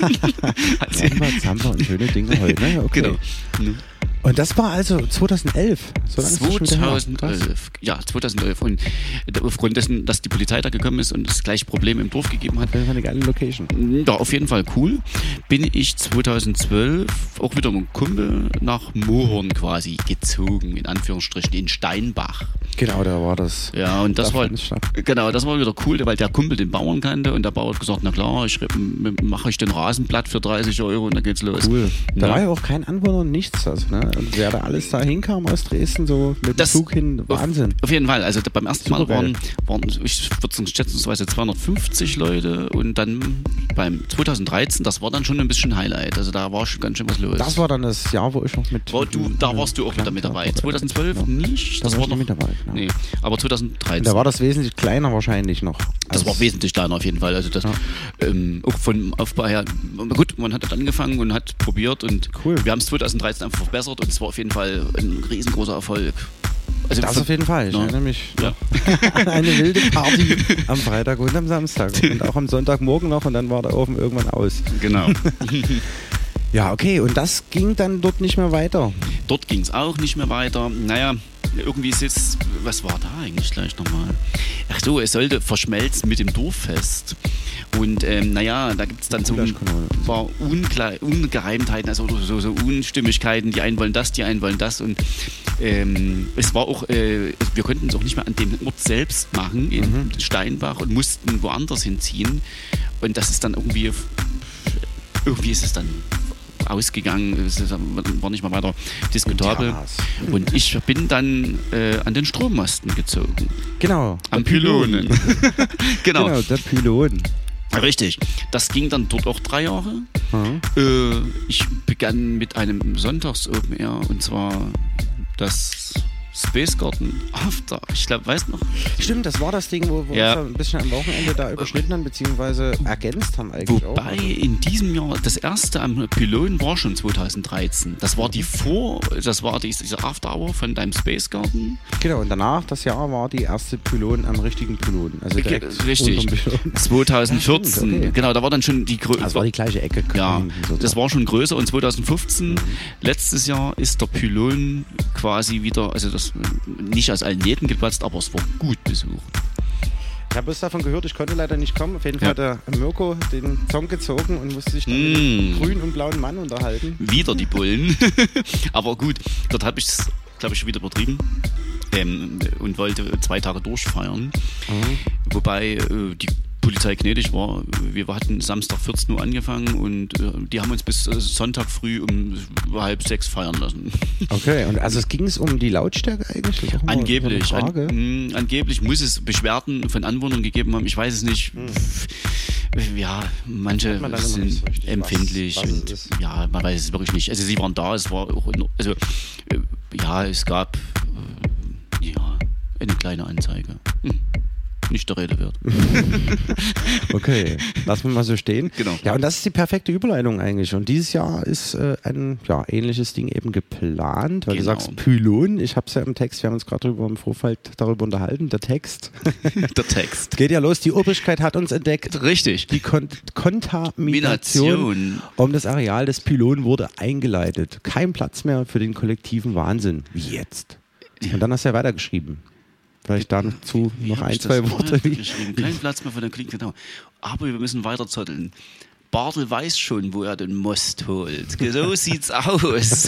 Rambazamba und schöne Dinge heute, ne? Okay. Genau. Und das war also zweitausendelf. So zweitausendelf, ja, zweitausendelf. Und aufgrund dessen, dass die Polizei da gekommen ist und es gleich Probleme im Dorf gegeben hat. Das war eine geile Location. Ja, auf jeden Fall cool. Bin ich zweitausendzwölf auch wieder mit einem Kumpel nach Mohorn quasi gezogen, in Anführungsstrichen, in Steinbach. Genau, da war das. Ja, und das war, genau, das war wieder cool, weil der Kumpel den Bauern kannte und der Bauer hat gesagt, na klar, ich mache ich den Rasenblatt für dreißig Euro und dann geht's los. Cool. Da ja. war ja auch kein Anwohner und nichts, also, ne? Und wer da alles da hinkam aus Dresden, so mit dem Zug hin, Wahnsinn. Auf, auf jeden Fall, also beim ersten Mal waren, waren ich würde sagen, schätzungsweise zweihundertfünfzig Leute und dann beim zweitausenddreizehn, das war dann schon ein bisschen Highlight. Also da war schon ganz schön was los. Das war dann das Jahr, wo ich noch mit... War du, da warst du auch wieder mit dabei. zweitausendzwölf ja. nicht? Da das war war ich noch, mit dabei. Genau. Nee, aber zweitausenddreizehn. Da war das wesentlich kleiner wahrscheinlich noch. Das war wesentlich kleiner auf jeden Fall. Also das, ja. ähm, auch vom Aufbau her, gut, man hat dann angefangen und hat probiert und cool. wir haben es zweitausenddreizehn einfach verbessert und es war auf jeden Fall ein riesengroßer Erfolg. Also das auf jeden Fall. Ich ja. erinnere mich ja. an eine wilde Party am Freitag und am Samstag und auch am Sonntagmorgen noch und dann war der Ofen irgendwann aus. Genau. Ja, okay. Und das ging dann dort nicht mehr weiter? Dort ging es auch nicht mehr weiter. Naja, irgendwie ist jetzt, was war da eigentlich gleich nochmal? Ach so, es sollte verschmelzen mit dem Dorffest. Und ähm, naja, da gibt es dann so ein paar Unkle- Ungereimtheiten, also so, so Unstimmigkeiten. Die einen wollen das, die einen wollen das. Und ähm, es war auch, äh, wir konnten es auch nicht mehr an dem Ort selbst machen, in mhm. Steinbach, und mussten woanders hinziehen. Und das ist dann irgendwie, irgendwie ist es dann ausgegangen, es war nicht mehr weiter diskutabel. Und ich bin dann äh, an den Strommasten gezogen. Genau. Am Pylonen. genau. Genau, der Pylon. Richtig. Das ging dann dort auch drei Jahre. Mhm. Äh, ich begann mit einem Sonntags-Open Air, und zwar das Space Garden After. Ich glaube, weißt du noch? Stimmt, das war das Ding, wo wir ja. uns ein bisschen am Wochenende da überschnitten haben, beziehungsweise ergänzt haben eigentlich Wobei auch. Also in diesem Jahr, das erste am Pylon war schon zweitausenddreizehn. Das war die Vor, das war diese After Hour von deinem Space Garden. Genau, und danach, das Jahr, war die erste Pylon am richtigen Pylon. Also direkt Richtig. zweitausendvierzehn, ja, okay. Genau, da war dann schon die Größe. Das war die gleiche Ecke. Ja, das war schon größer, und zweitausendfünfzehn, mhm. letztes Jahr, ist der Pylon quasi wieder, also das nicht aus allen Nähten geplatzt, aber es war gut besucht. Ich habe es davon gehört, ich konnte leider nicht kommen. Auf jeden Fall ja. hat der Mirko den Song gezogen und musste sich dann mm. mit dem grünen und blauen Mann unterhalten. Wieder die Bullen. Aber gut, dort habe ich es, glaube ich, schon wieder übertrieben. Ähm, und wollte zwei Tage durchfeiern. Mhm. Wobei äh, die Polizei gnädig war. Wir hatten Samstag vierzehn Uhr angefangen und äh, die haben uns bis äh, Sonntag früh um halb sechs feiern lassen. Okay, und also es ging es um die Lautstärke eigentlich? Angeblich. An, mh, angeblich muss es Beschwerden von Anwohnern gegeben haben. Ich weiß es nicht. Hm. Ja, manche sind so empfindlich. Was, was und, ist? Ja, man weiß es wirklich nicht. Also sie waren da, es war auch, also äh, ja, es gab äh, ja, eine kleine Anzeige. Hm. Nicht der Rede wert. Okay, lassen wir mal so stehen. Genau. Ja, und das ist die perfekte Überleitung eigentlich. Und dieses Jahr ist äh, ein ja, ähnliches Ding eben geplant, weil genau. du sagst Pylon. Ich habe es ja im Text, wir haben uns gerade drüber im Vorfeld darüber unterhalten, der Text. Der Text. Geht ja los, die Obrigkeit hat uns entdeckt. Richtig. Die Kon- Kontamination um das Areal des Pylon wurde eingeleitet. Kein Platz mehr für den kollektiven Wahnsinn. Wie jetzt? Und dann hast du ja weitergeschrieben. Vielleicht dazu wie noch ein, zwei Worte. Kein Platz mehr für den Klick, genau. Aber wir müssen weiter zotteln. Bartel weiß schon, wo er den Most holt. So sieht's aus.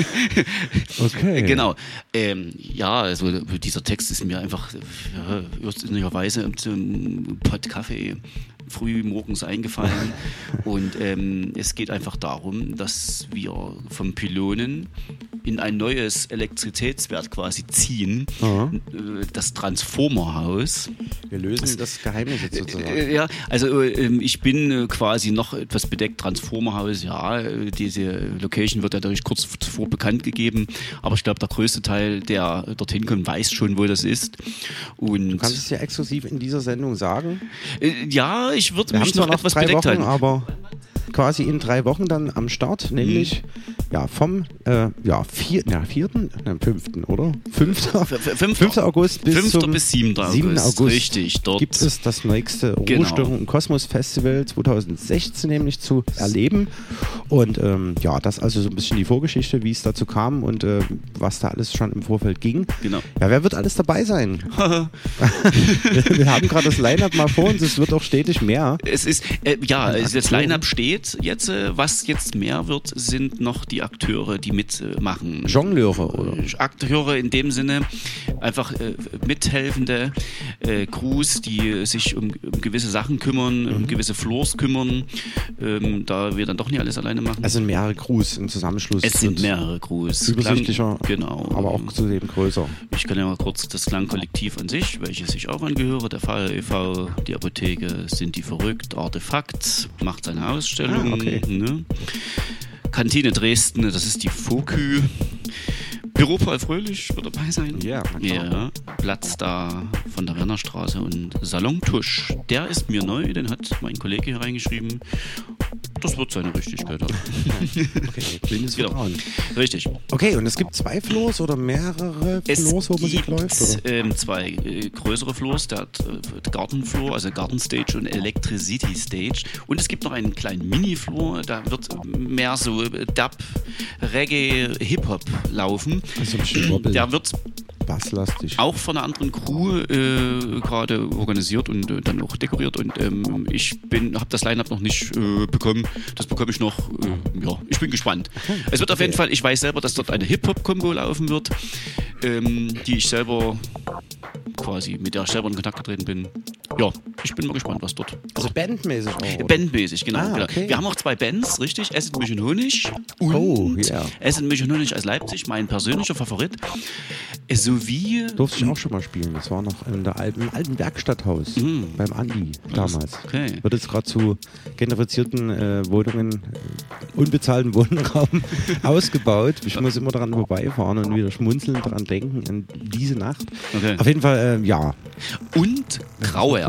Okay. Genau. Ähm, ja, also dieser Text ist mir einfach ja, irrsinnigerweise zum Pott Kaffee früh morgens eingefallen. Und ähm, es geht einfach darum, dass wir vom Pylonen in ein neues Elektrizitätswerk quasi ziehen. Aha. Das Transformerhaus. Wir lösen das, das Geheimnis jetzt sozusagen. Ja, also ähm, ich bin quasi noch etwas bedeckt. Transformerhaus, ja, diese Location wird ja dadurch kurz zuvor bekannt gegeben. Aber ich glaube, der größte Teil, der dorthin kommt, weiß schon, wo das ist. Und du kannst es ja exklusiv in dieser Sendung sagen. Äh, ja, ich würde Wir mich noch, noch etwas bedeckt Wochen, halten. Aber quasi in drei Wochen dann am Start, nämlich mhm. ja vom äh, ja, vier, na, vierten, na, fünften, oder? Fünfter, fünfter August bis Fünfter zum bis siebter August. Richtig, dort gibt es das nächste genau. Ruhestörung im Kosmos Festival zweitausendsechzehn nämlich zu erleben. Und ähm, ja, das also so ein bisschen die Vorgeschichte, wie es dazu kam und äh, was da alles schon im Vorfeld ging. Genau. Ja, wer wird alles dabei sein? wir, wir haben gerade das Line-Up mal vor uns, es wird auch stetig mehr. Es ist, äh, ja, also das Line-Up steht. geht jetzt, äh, was jetzt mehr wird, sind noch die Akteure, die mitmachen. Jongleure, oder? Akteure in dem Sinne, einfach äh, mithelfende äh, Crews, die sich um, um gewisse Sachen kümmern, mhm. um gewisse Floors kümmern, ähm, da wir dann doch nicht alles alleine machen. Es sind mehrere Crews im Zusammenschluss. Es sind mehrere Crews. Übersichtlicher, Klang, genau. aber auch zudem größer. Ich kann ja mal kurz das Klangkollektiv an sich, welches ich auch angehöre, der V H E V, die Apotheke, Sind die verrückt, Artefakt, macht seine Ausstellung. Ah, okay. Ne? Kantine Dresden, das ist die Fokü. Büro Paul Fröhlich wird dabei sein. Ja, ja, Platz da von der Wernerstraße und Salontusch. Der ist mir neu, den hat mein Kollege hier reingeschrieben. Das wird seine Richtigkeit haben. Okay, blindes genau. Vertrauen. Richtig. Okay, und es gibt zwei Floors oder mehrere Floors, wo Musik läuft? Es gibt ähm, zwei äh, größere Floors, der hat äh, Gartenfloor, also Gartenstage und Electricity Stage. Und es gibt noch einen kleinen Mini-Floor, da wird mehr so Dub, Reggae, Hip-Hop laufen. Also ein der wird basslastig. Auch von einer anderen Crew äh, gerade organisiert und äh, dann auch dekoriert. Und ähm, ich bin, habe das Line-Up noch nicht äh, bekommen. Das bekomme ich noch. Äh, ja, ich bin gespannt. Okay. Es wird auf jeden Fall, ich weiß selber, dass dort eine Hip-Hop-Kombo laufen wird, ähm, die ich selber quasi, mit der ich selber in Kontakt getreten bin. Ja, ich bin mal gespannt, was dort. Also bandmäßig auch? Bandmäßig, genau. Ah, okay. Wir haben auch zwei Bands, richtig? Essen, Milch und Honig. Und oh, yeah. Essen, Milch und Honig aus Leipzig, mein persönlicher Favorit. Sowie. Durfte ich auch schon mal spielen. Das war noch in der alten, im alten Werkstatthaus mm. beim Andi damals. Okay. Wird jetzt gerade zu gentrifizierten äh, Wohnungen, äh, unbezahlten Wohnraum ausgebaut. Ich muss immer daran vorbeifahren und wieder schmunzeln daran denken an diese Nacht. Okay. Auf jeden Fall, äh, ja. Und Grauer.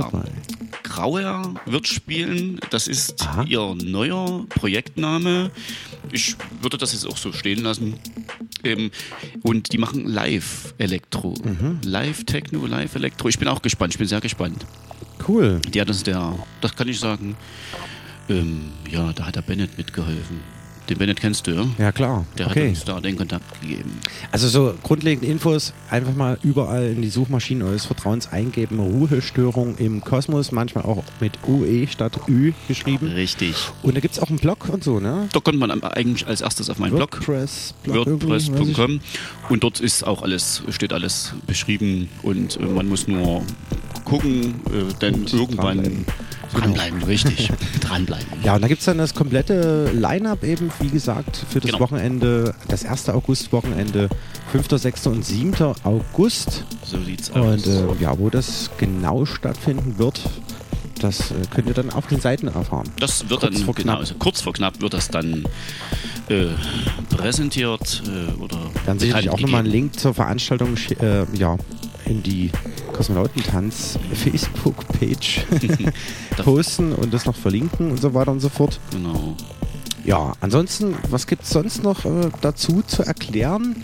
Grauer wird spielen. Das ist Aha. ihr neuer Projektname. Ich würde das jetzt auch so stehen lassen. Ähm, und die machen Live-Elektro. Mhm. Live-Techno, Live-Elektro. Ich bin auch gespannt. Ich bin sehr gespannt. Cool. Ja, das ist der, das kann ich sagen. Ähm, ja, da hat der Bennett mitgeholfen. Den Bennett kennst du, ja? Ja, klar. Der okay. hat uns da den Kontakt gegeben. Also so grundlegende Infos einfach mal überall in die Suchmaschinen eures Vertrauens eingeben. Ruhestörung im Kosmos, manchmal auch mit U E statt Ü geschrieben. Richtig. Und da gibt es auch einen Blog und so, ne? Da kommt man eigentlich als erstes auf meinen WordPress, Blog. WordPress Punkt com. Und dort ist auch alles, steht alles beschrieben und äh, man muss nur gucken, äh, denn und irgendwann dranbleiben, dranbleiben genau. Richtig, dranbleiben. Ja, und da gibt es dann das komplette Line-Up eben, wie gesagt, für das genau. Wochenende, das erste August-Wochenende, fünfter, sechster und siebter August. So sieht's aus. Und äh, ja, wo das genau stattfinden wird, das äh, könnt ihr dann auf den Seiten erfahren. Das wird kurz dann, vor genau, also kurz vor knapp wird das dann äh, präsentiert äh, oder dann sicherlich auch nochmal einen Link zur Veranstaltung äh, ja, in die Kosmonautentanz Facebook-Page posten und das noch verlinken und so weiter und so fort. Genau. Ja, ansonsten, was gibt es sonst noch äh, dazu zu erklären?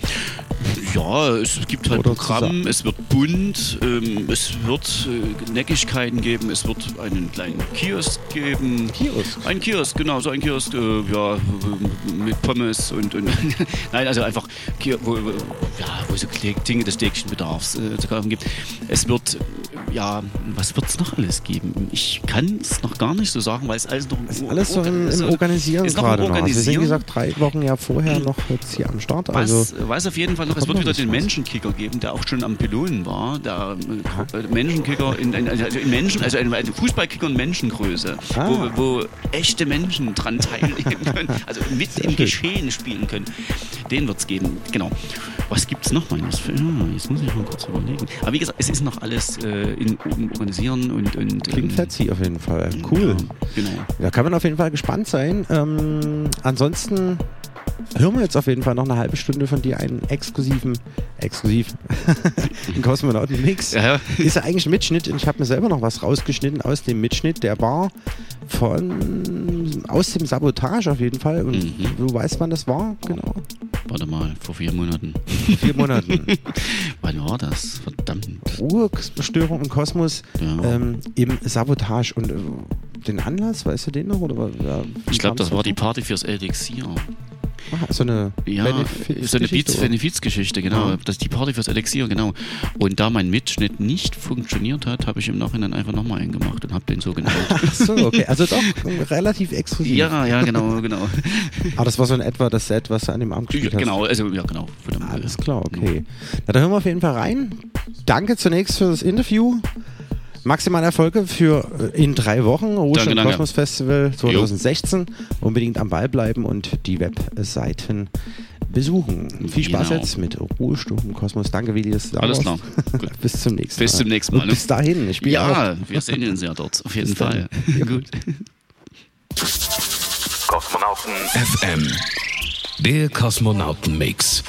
Ja, es gibt halt Programm, es wird bunt, ähm, es wird äh, Neckigkeiten geben, es wird einen kleinen Kiosk geben. Kiosk? Ein Kiosk, genau, so ein Kiosk, äh, ja, mit Pommes und, und nein, also einfach, wo, ja, wo es so Dinge des täglichen Bedarfs äh, zu kaufen gibt. Es wird, ja, was wird es noch alles geben? Ich kann es noch gar nicht so sagen, weil es alles noch es ist alles so im, im Organisieren ist noch gerade im Organisieren. noch. Also wir sind, wie gesagt, drei Wochen ja vorher noch jetzt hier am Start. Also was, was auf jeden Fall noch, es wird wieder den Menschenkicker geben, der auch schon am Pylonen war. Der äh, Menschenkicker in, in, also in Menschen, also ein Fußballkicker in Menschengröße, ah. wo, wo echte Menschen dran teilnehmen können, also mit Sehr im schön. Geschehen spielen können. Den wird es geben, genau. Was gibt es noch? Mann? Jetzt muss ich mal kurz überlegen. Aber wie gesagt, es ist noch alles äh, in, in Organisieren und, und klingt fetzi auf jeden Fall. Cool. Ja, genau. Da kann man auf jeden Fall gespannt sein. Ähm, ansonsten hören wir jetzt auf jeden Fall noch eine halbe Stunde von dir einen exklusiven, exklusiv, einen Kosmonauten-Mix. Ja. Ist ja eigentlich ein Mitschnitt und ich habe mir selber noch was rausgeschnitten aus dem Mitschnitt. Der war von, aus dem Sabotage auf jeden Fall. Und mhm. du weißt, wann das war? Genau. Warte mal, vor vier Monaten. Vor vier Monaten. Wann war das? Verdammt. Ruhestörung im Kosmos ja. ähm, im Sabotage. Und äh, den Anlass, weißt du den noch? Oder, ja, ich glaube, das war die Party fürs Elixier. Ah, so eine ja, Benefiz- so eine Beats oder? Benefizgeschichte, genau. Ja. Das ist die Party fürs Elixier, genau. Und da mein Mitschnitt nicht funktioniert hat, habe ich im Nachhinein einfach nochmal einen gemacht und habe den so genannt. Ach so, okay. Also doch relativ exklusiv. Ja, ja, genau, genau. Aber das war so in etwa das Set, was du an dem Abend gespielt hast? Genau, also ja, genau. Alles klar, okay. Na, da hören wir auf jeden Fall rein. Danke zunächst für das Interview. Maximale Erfolge für in drei Wochen. Ruhestand danke, Kosmos danke. Festival zwanzig sechzehn. Unbedingt am Ball bleiben und die Webseiten besuchen. Viel Spaß Genau. jetzt mit Ruhestunden Kosmos. Danke, Willi, dass du da Alles warst. klar. Gut. Bis zum nächsten Mal. Bis zum nächsten Mal. Und bis dahin. Ich spiele ja, auch. wir sehen uns ja dort. Auf jeden Bis Fall. dann. Gut. Kosmonauten F M. Der Kosmonauten-Mix.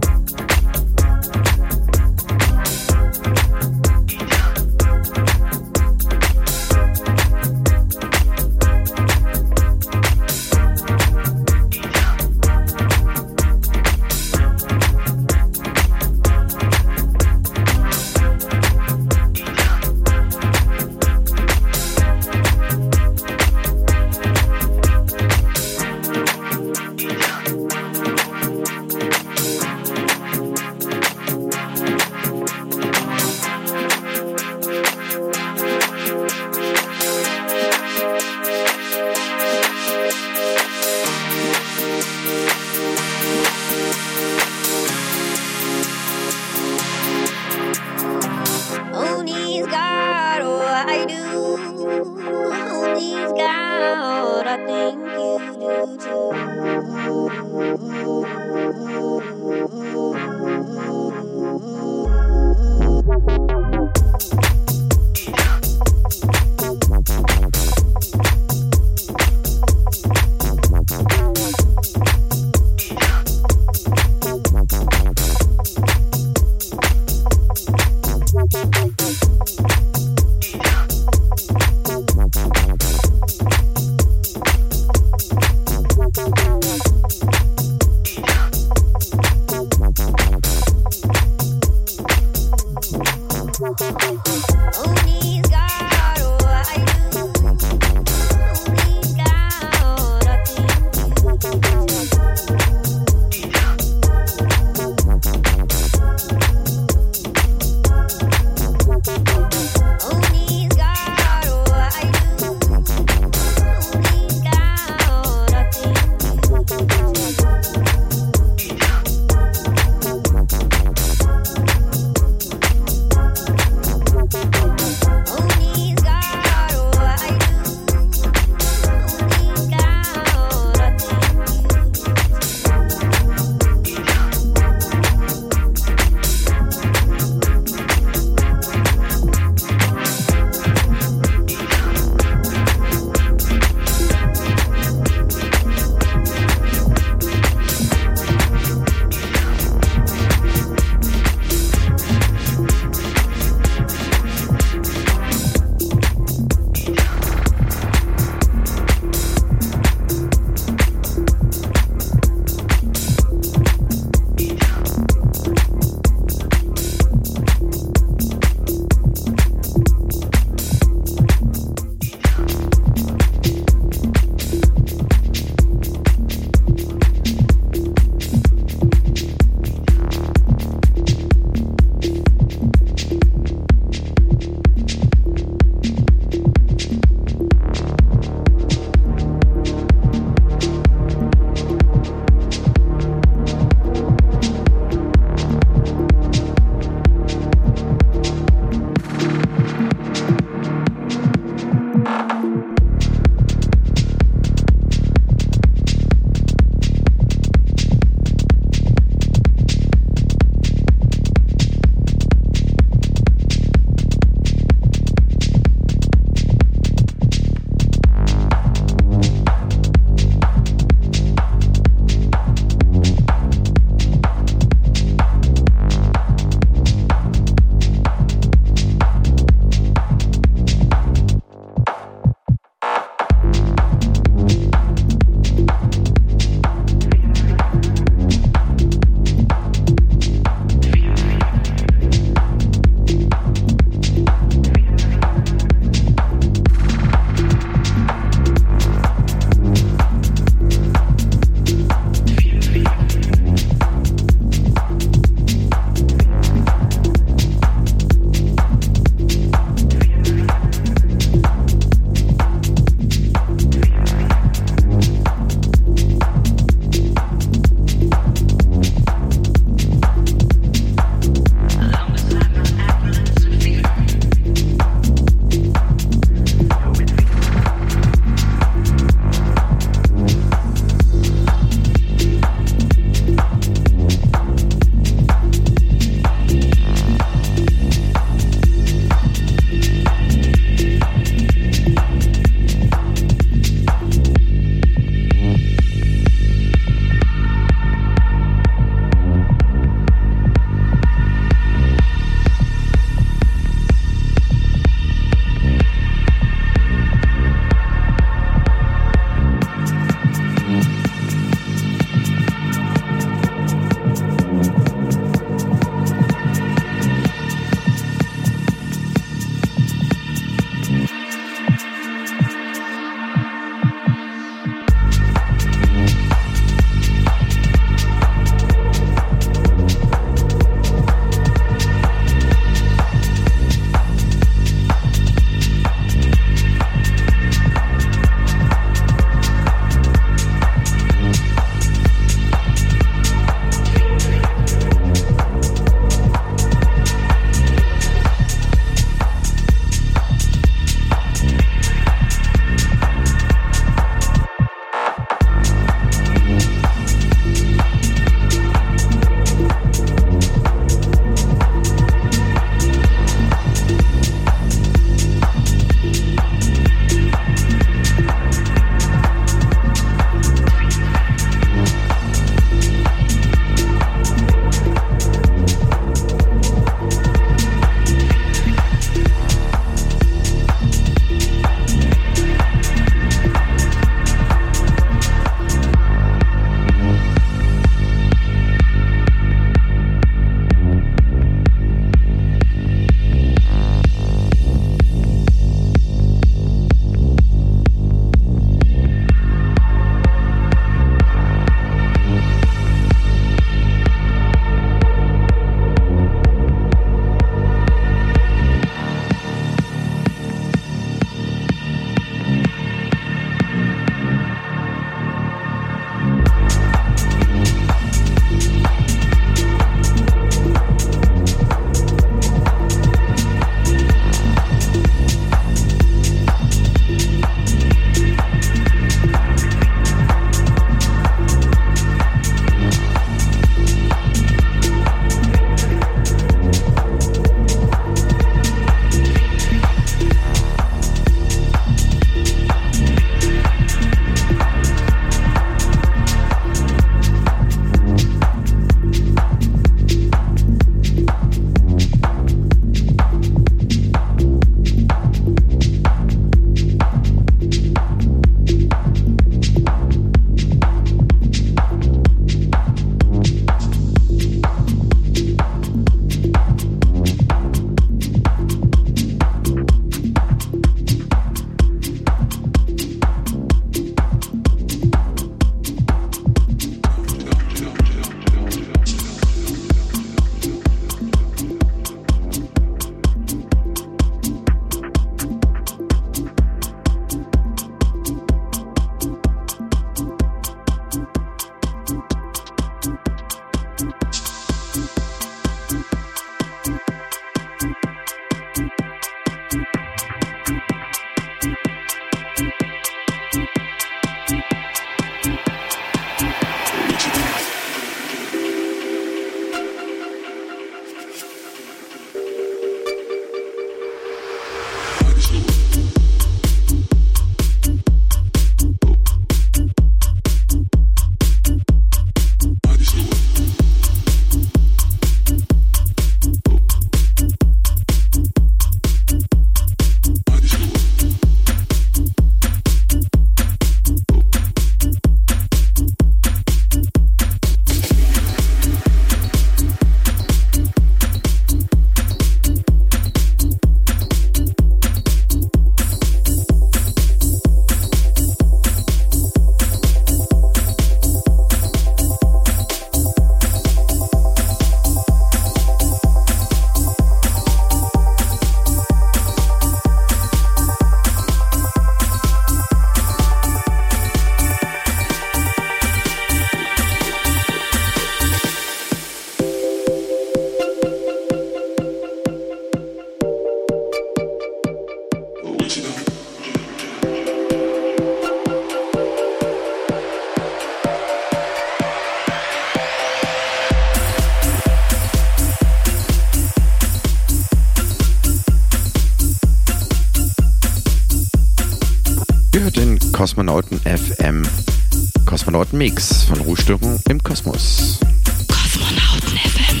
Kosmonauten F M. Kosmonauten Mix von Ruhestörung im Kosmos. Kosmonauten F M.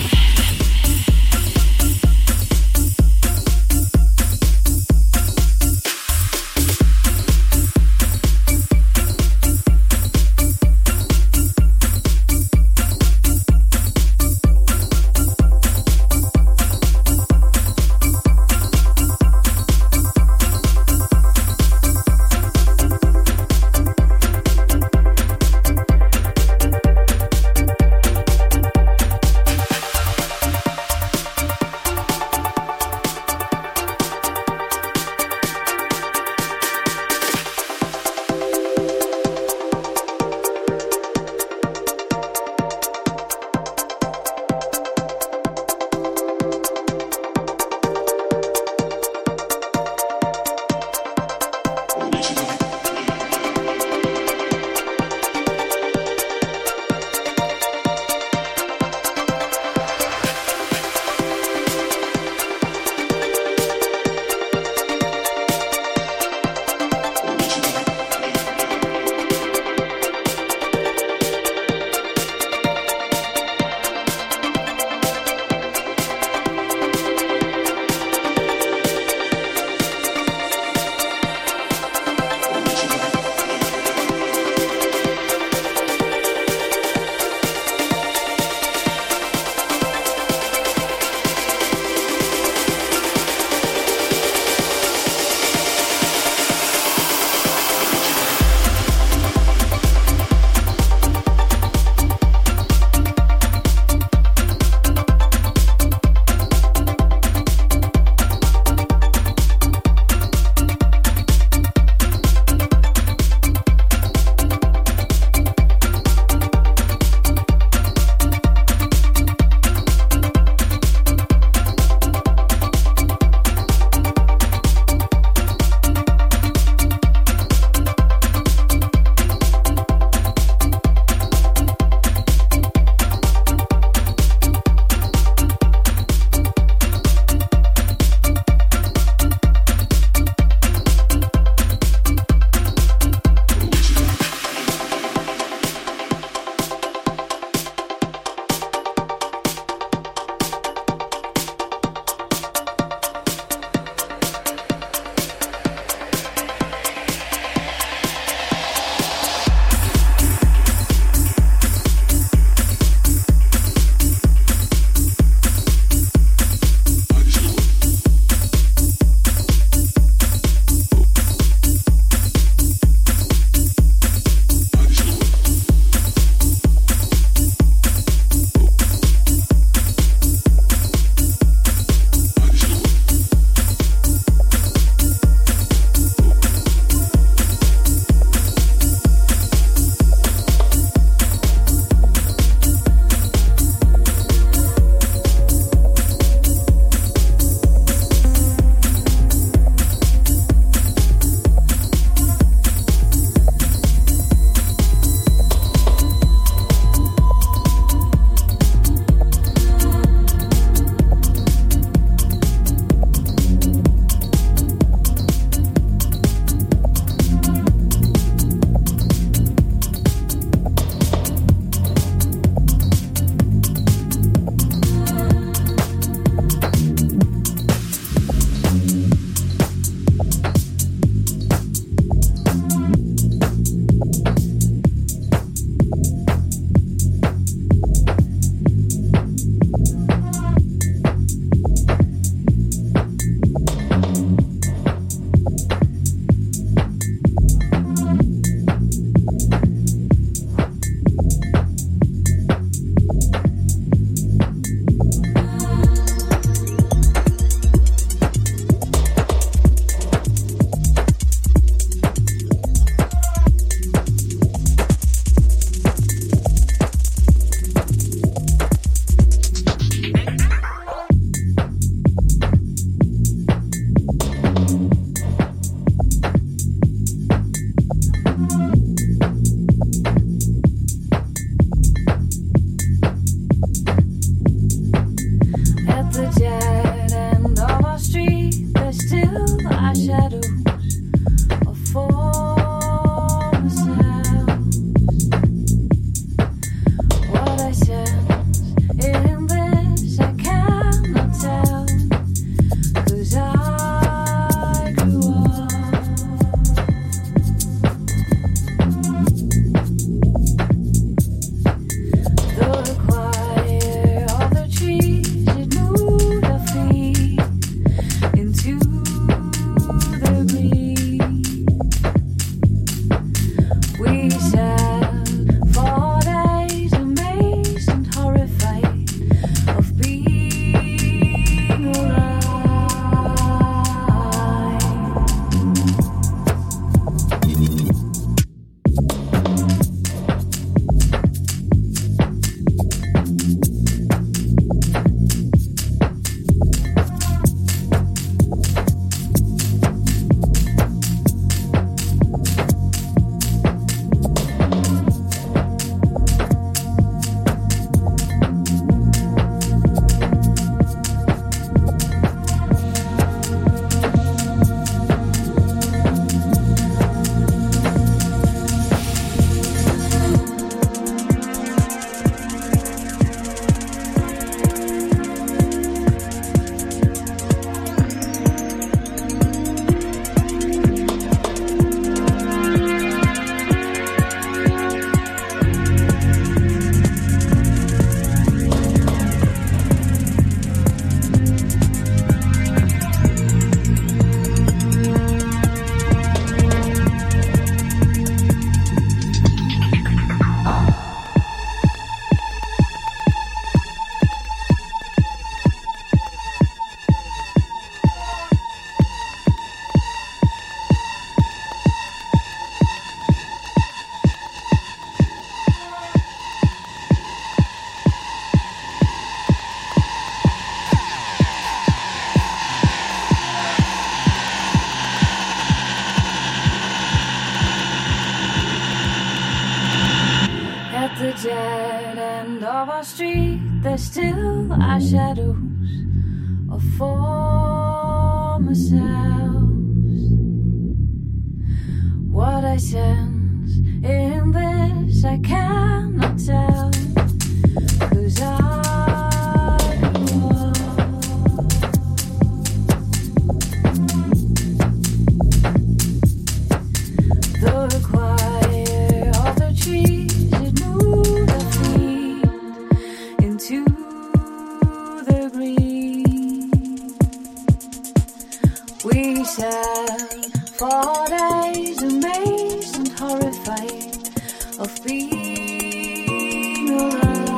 the dead end of our street, there's still our shadows of former selves. What I sense in this I cannot tell, 'cause I know the choir of the trees, it moved our feet into the green. We sat for days amazed and horrified of being alive.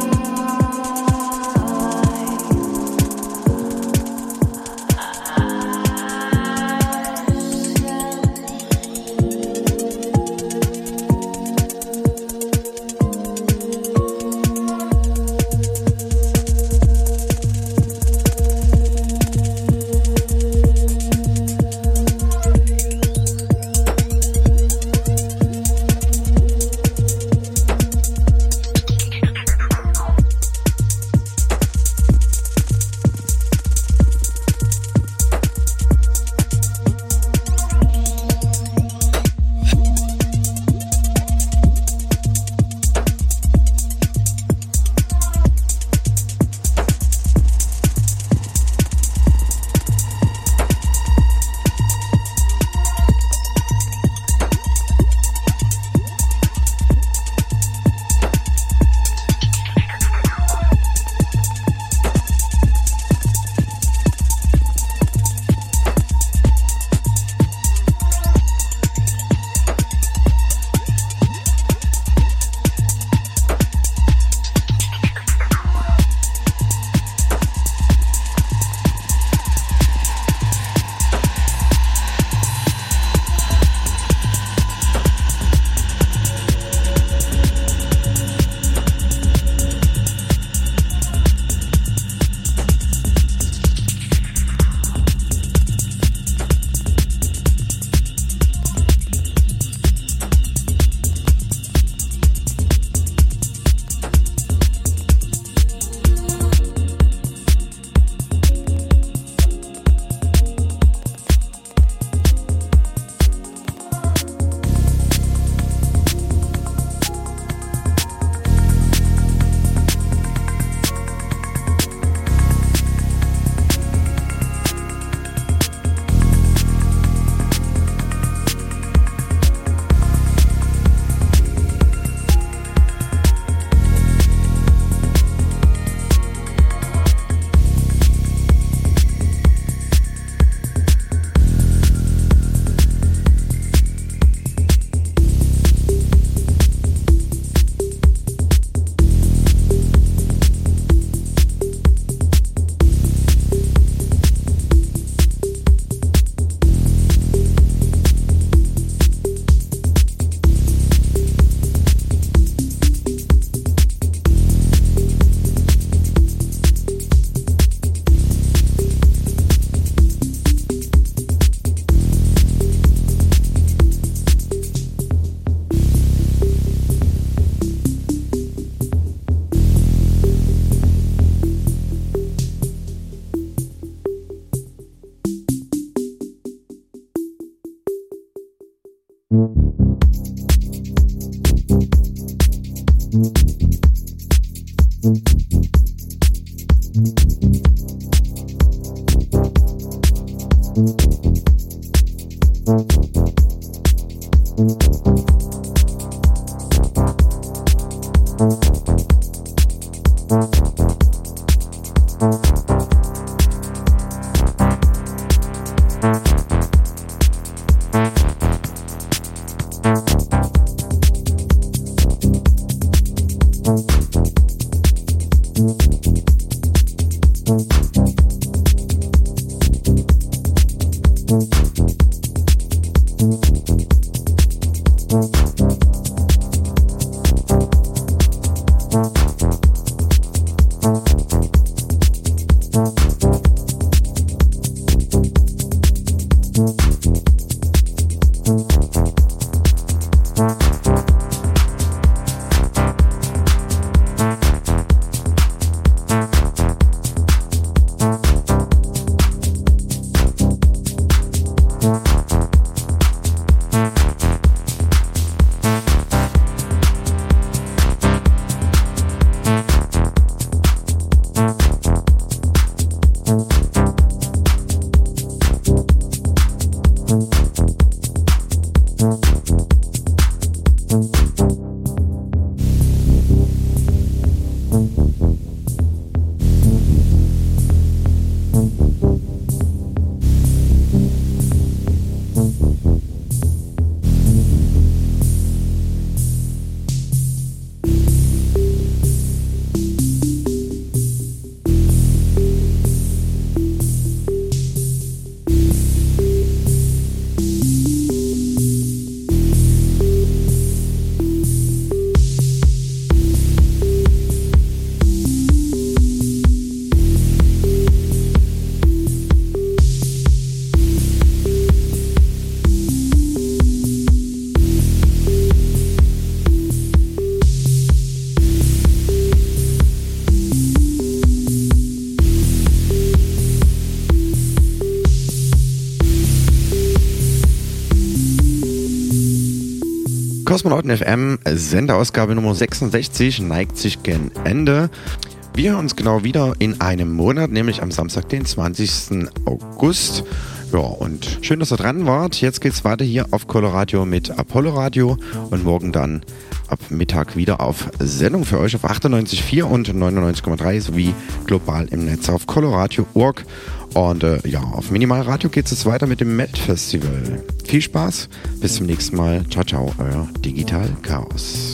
Kosmonauten F M, Senderausgabe Nummer sechsundsechzig, neigt sich gen Ende. Wir hören uns genau wieder in einem Monat, nämlich am Samstag, den zwanzigsten August. Ja, und schön, dass ihr dran wart. Jetzt geht's weiter hier auf Coloradio mit Apollo Radio und morgen dann ab Mittag wieder auf Sendung für euch auf achtundneunzig Komma vier und neunundneunzig Komma drei sowie global im Netz auf coloradio punkt org. Und äh, ja, auf Minimal Radio geht es jetzt weiter mit dem Met Festival. Viel Spaß, bis zum nächsten Mal. Ciao, ciao, euer Digital Chaos.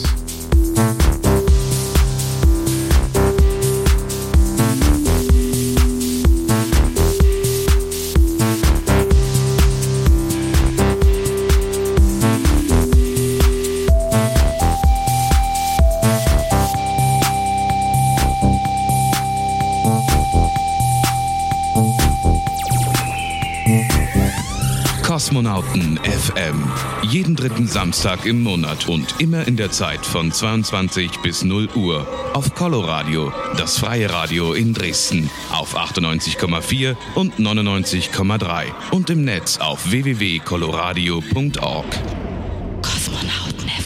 Kosmonauten F M. Jeden dritten Samstag im Monat und immer in der Zeit von zweiundzwanzig bis null Uhr. Auf Coloradio, das freie Radio in Dresden. Auf achtundneunzig Komma vier und neunundneunzig Komma drei. Und im Netz auf w w w punkt coloradio punkt org. Kosmonauten F M.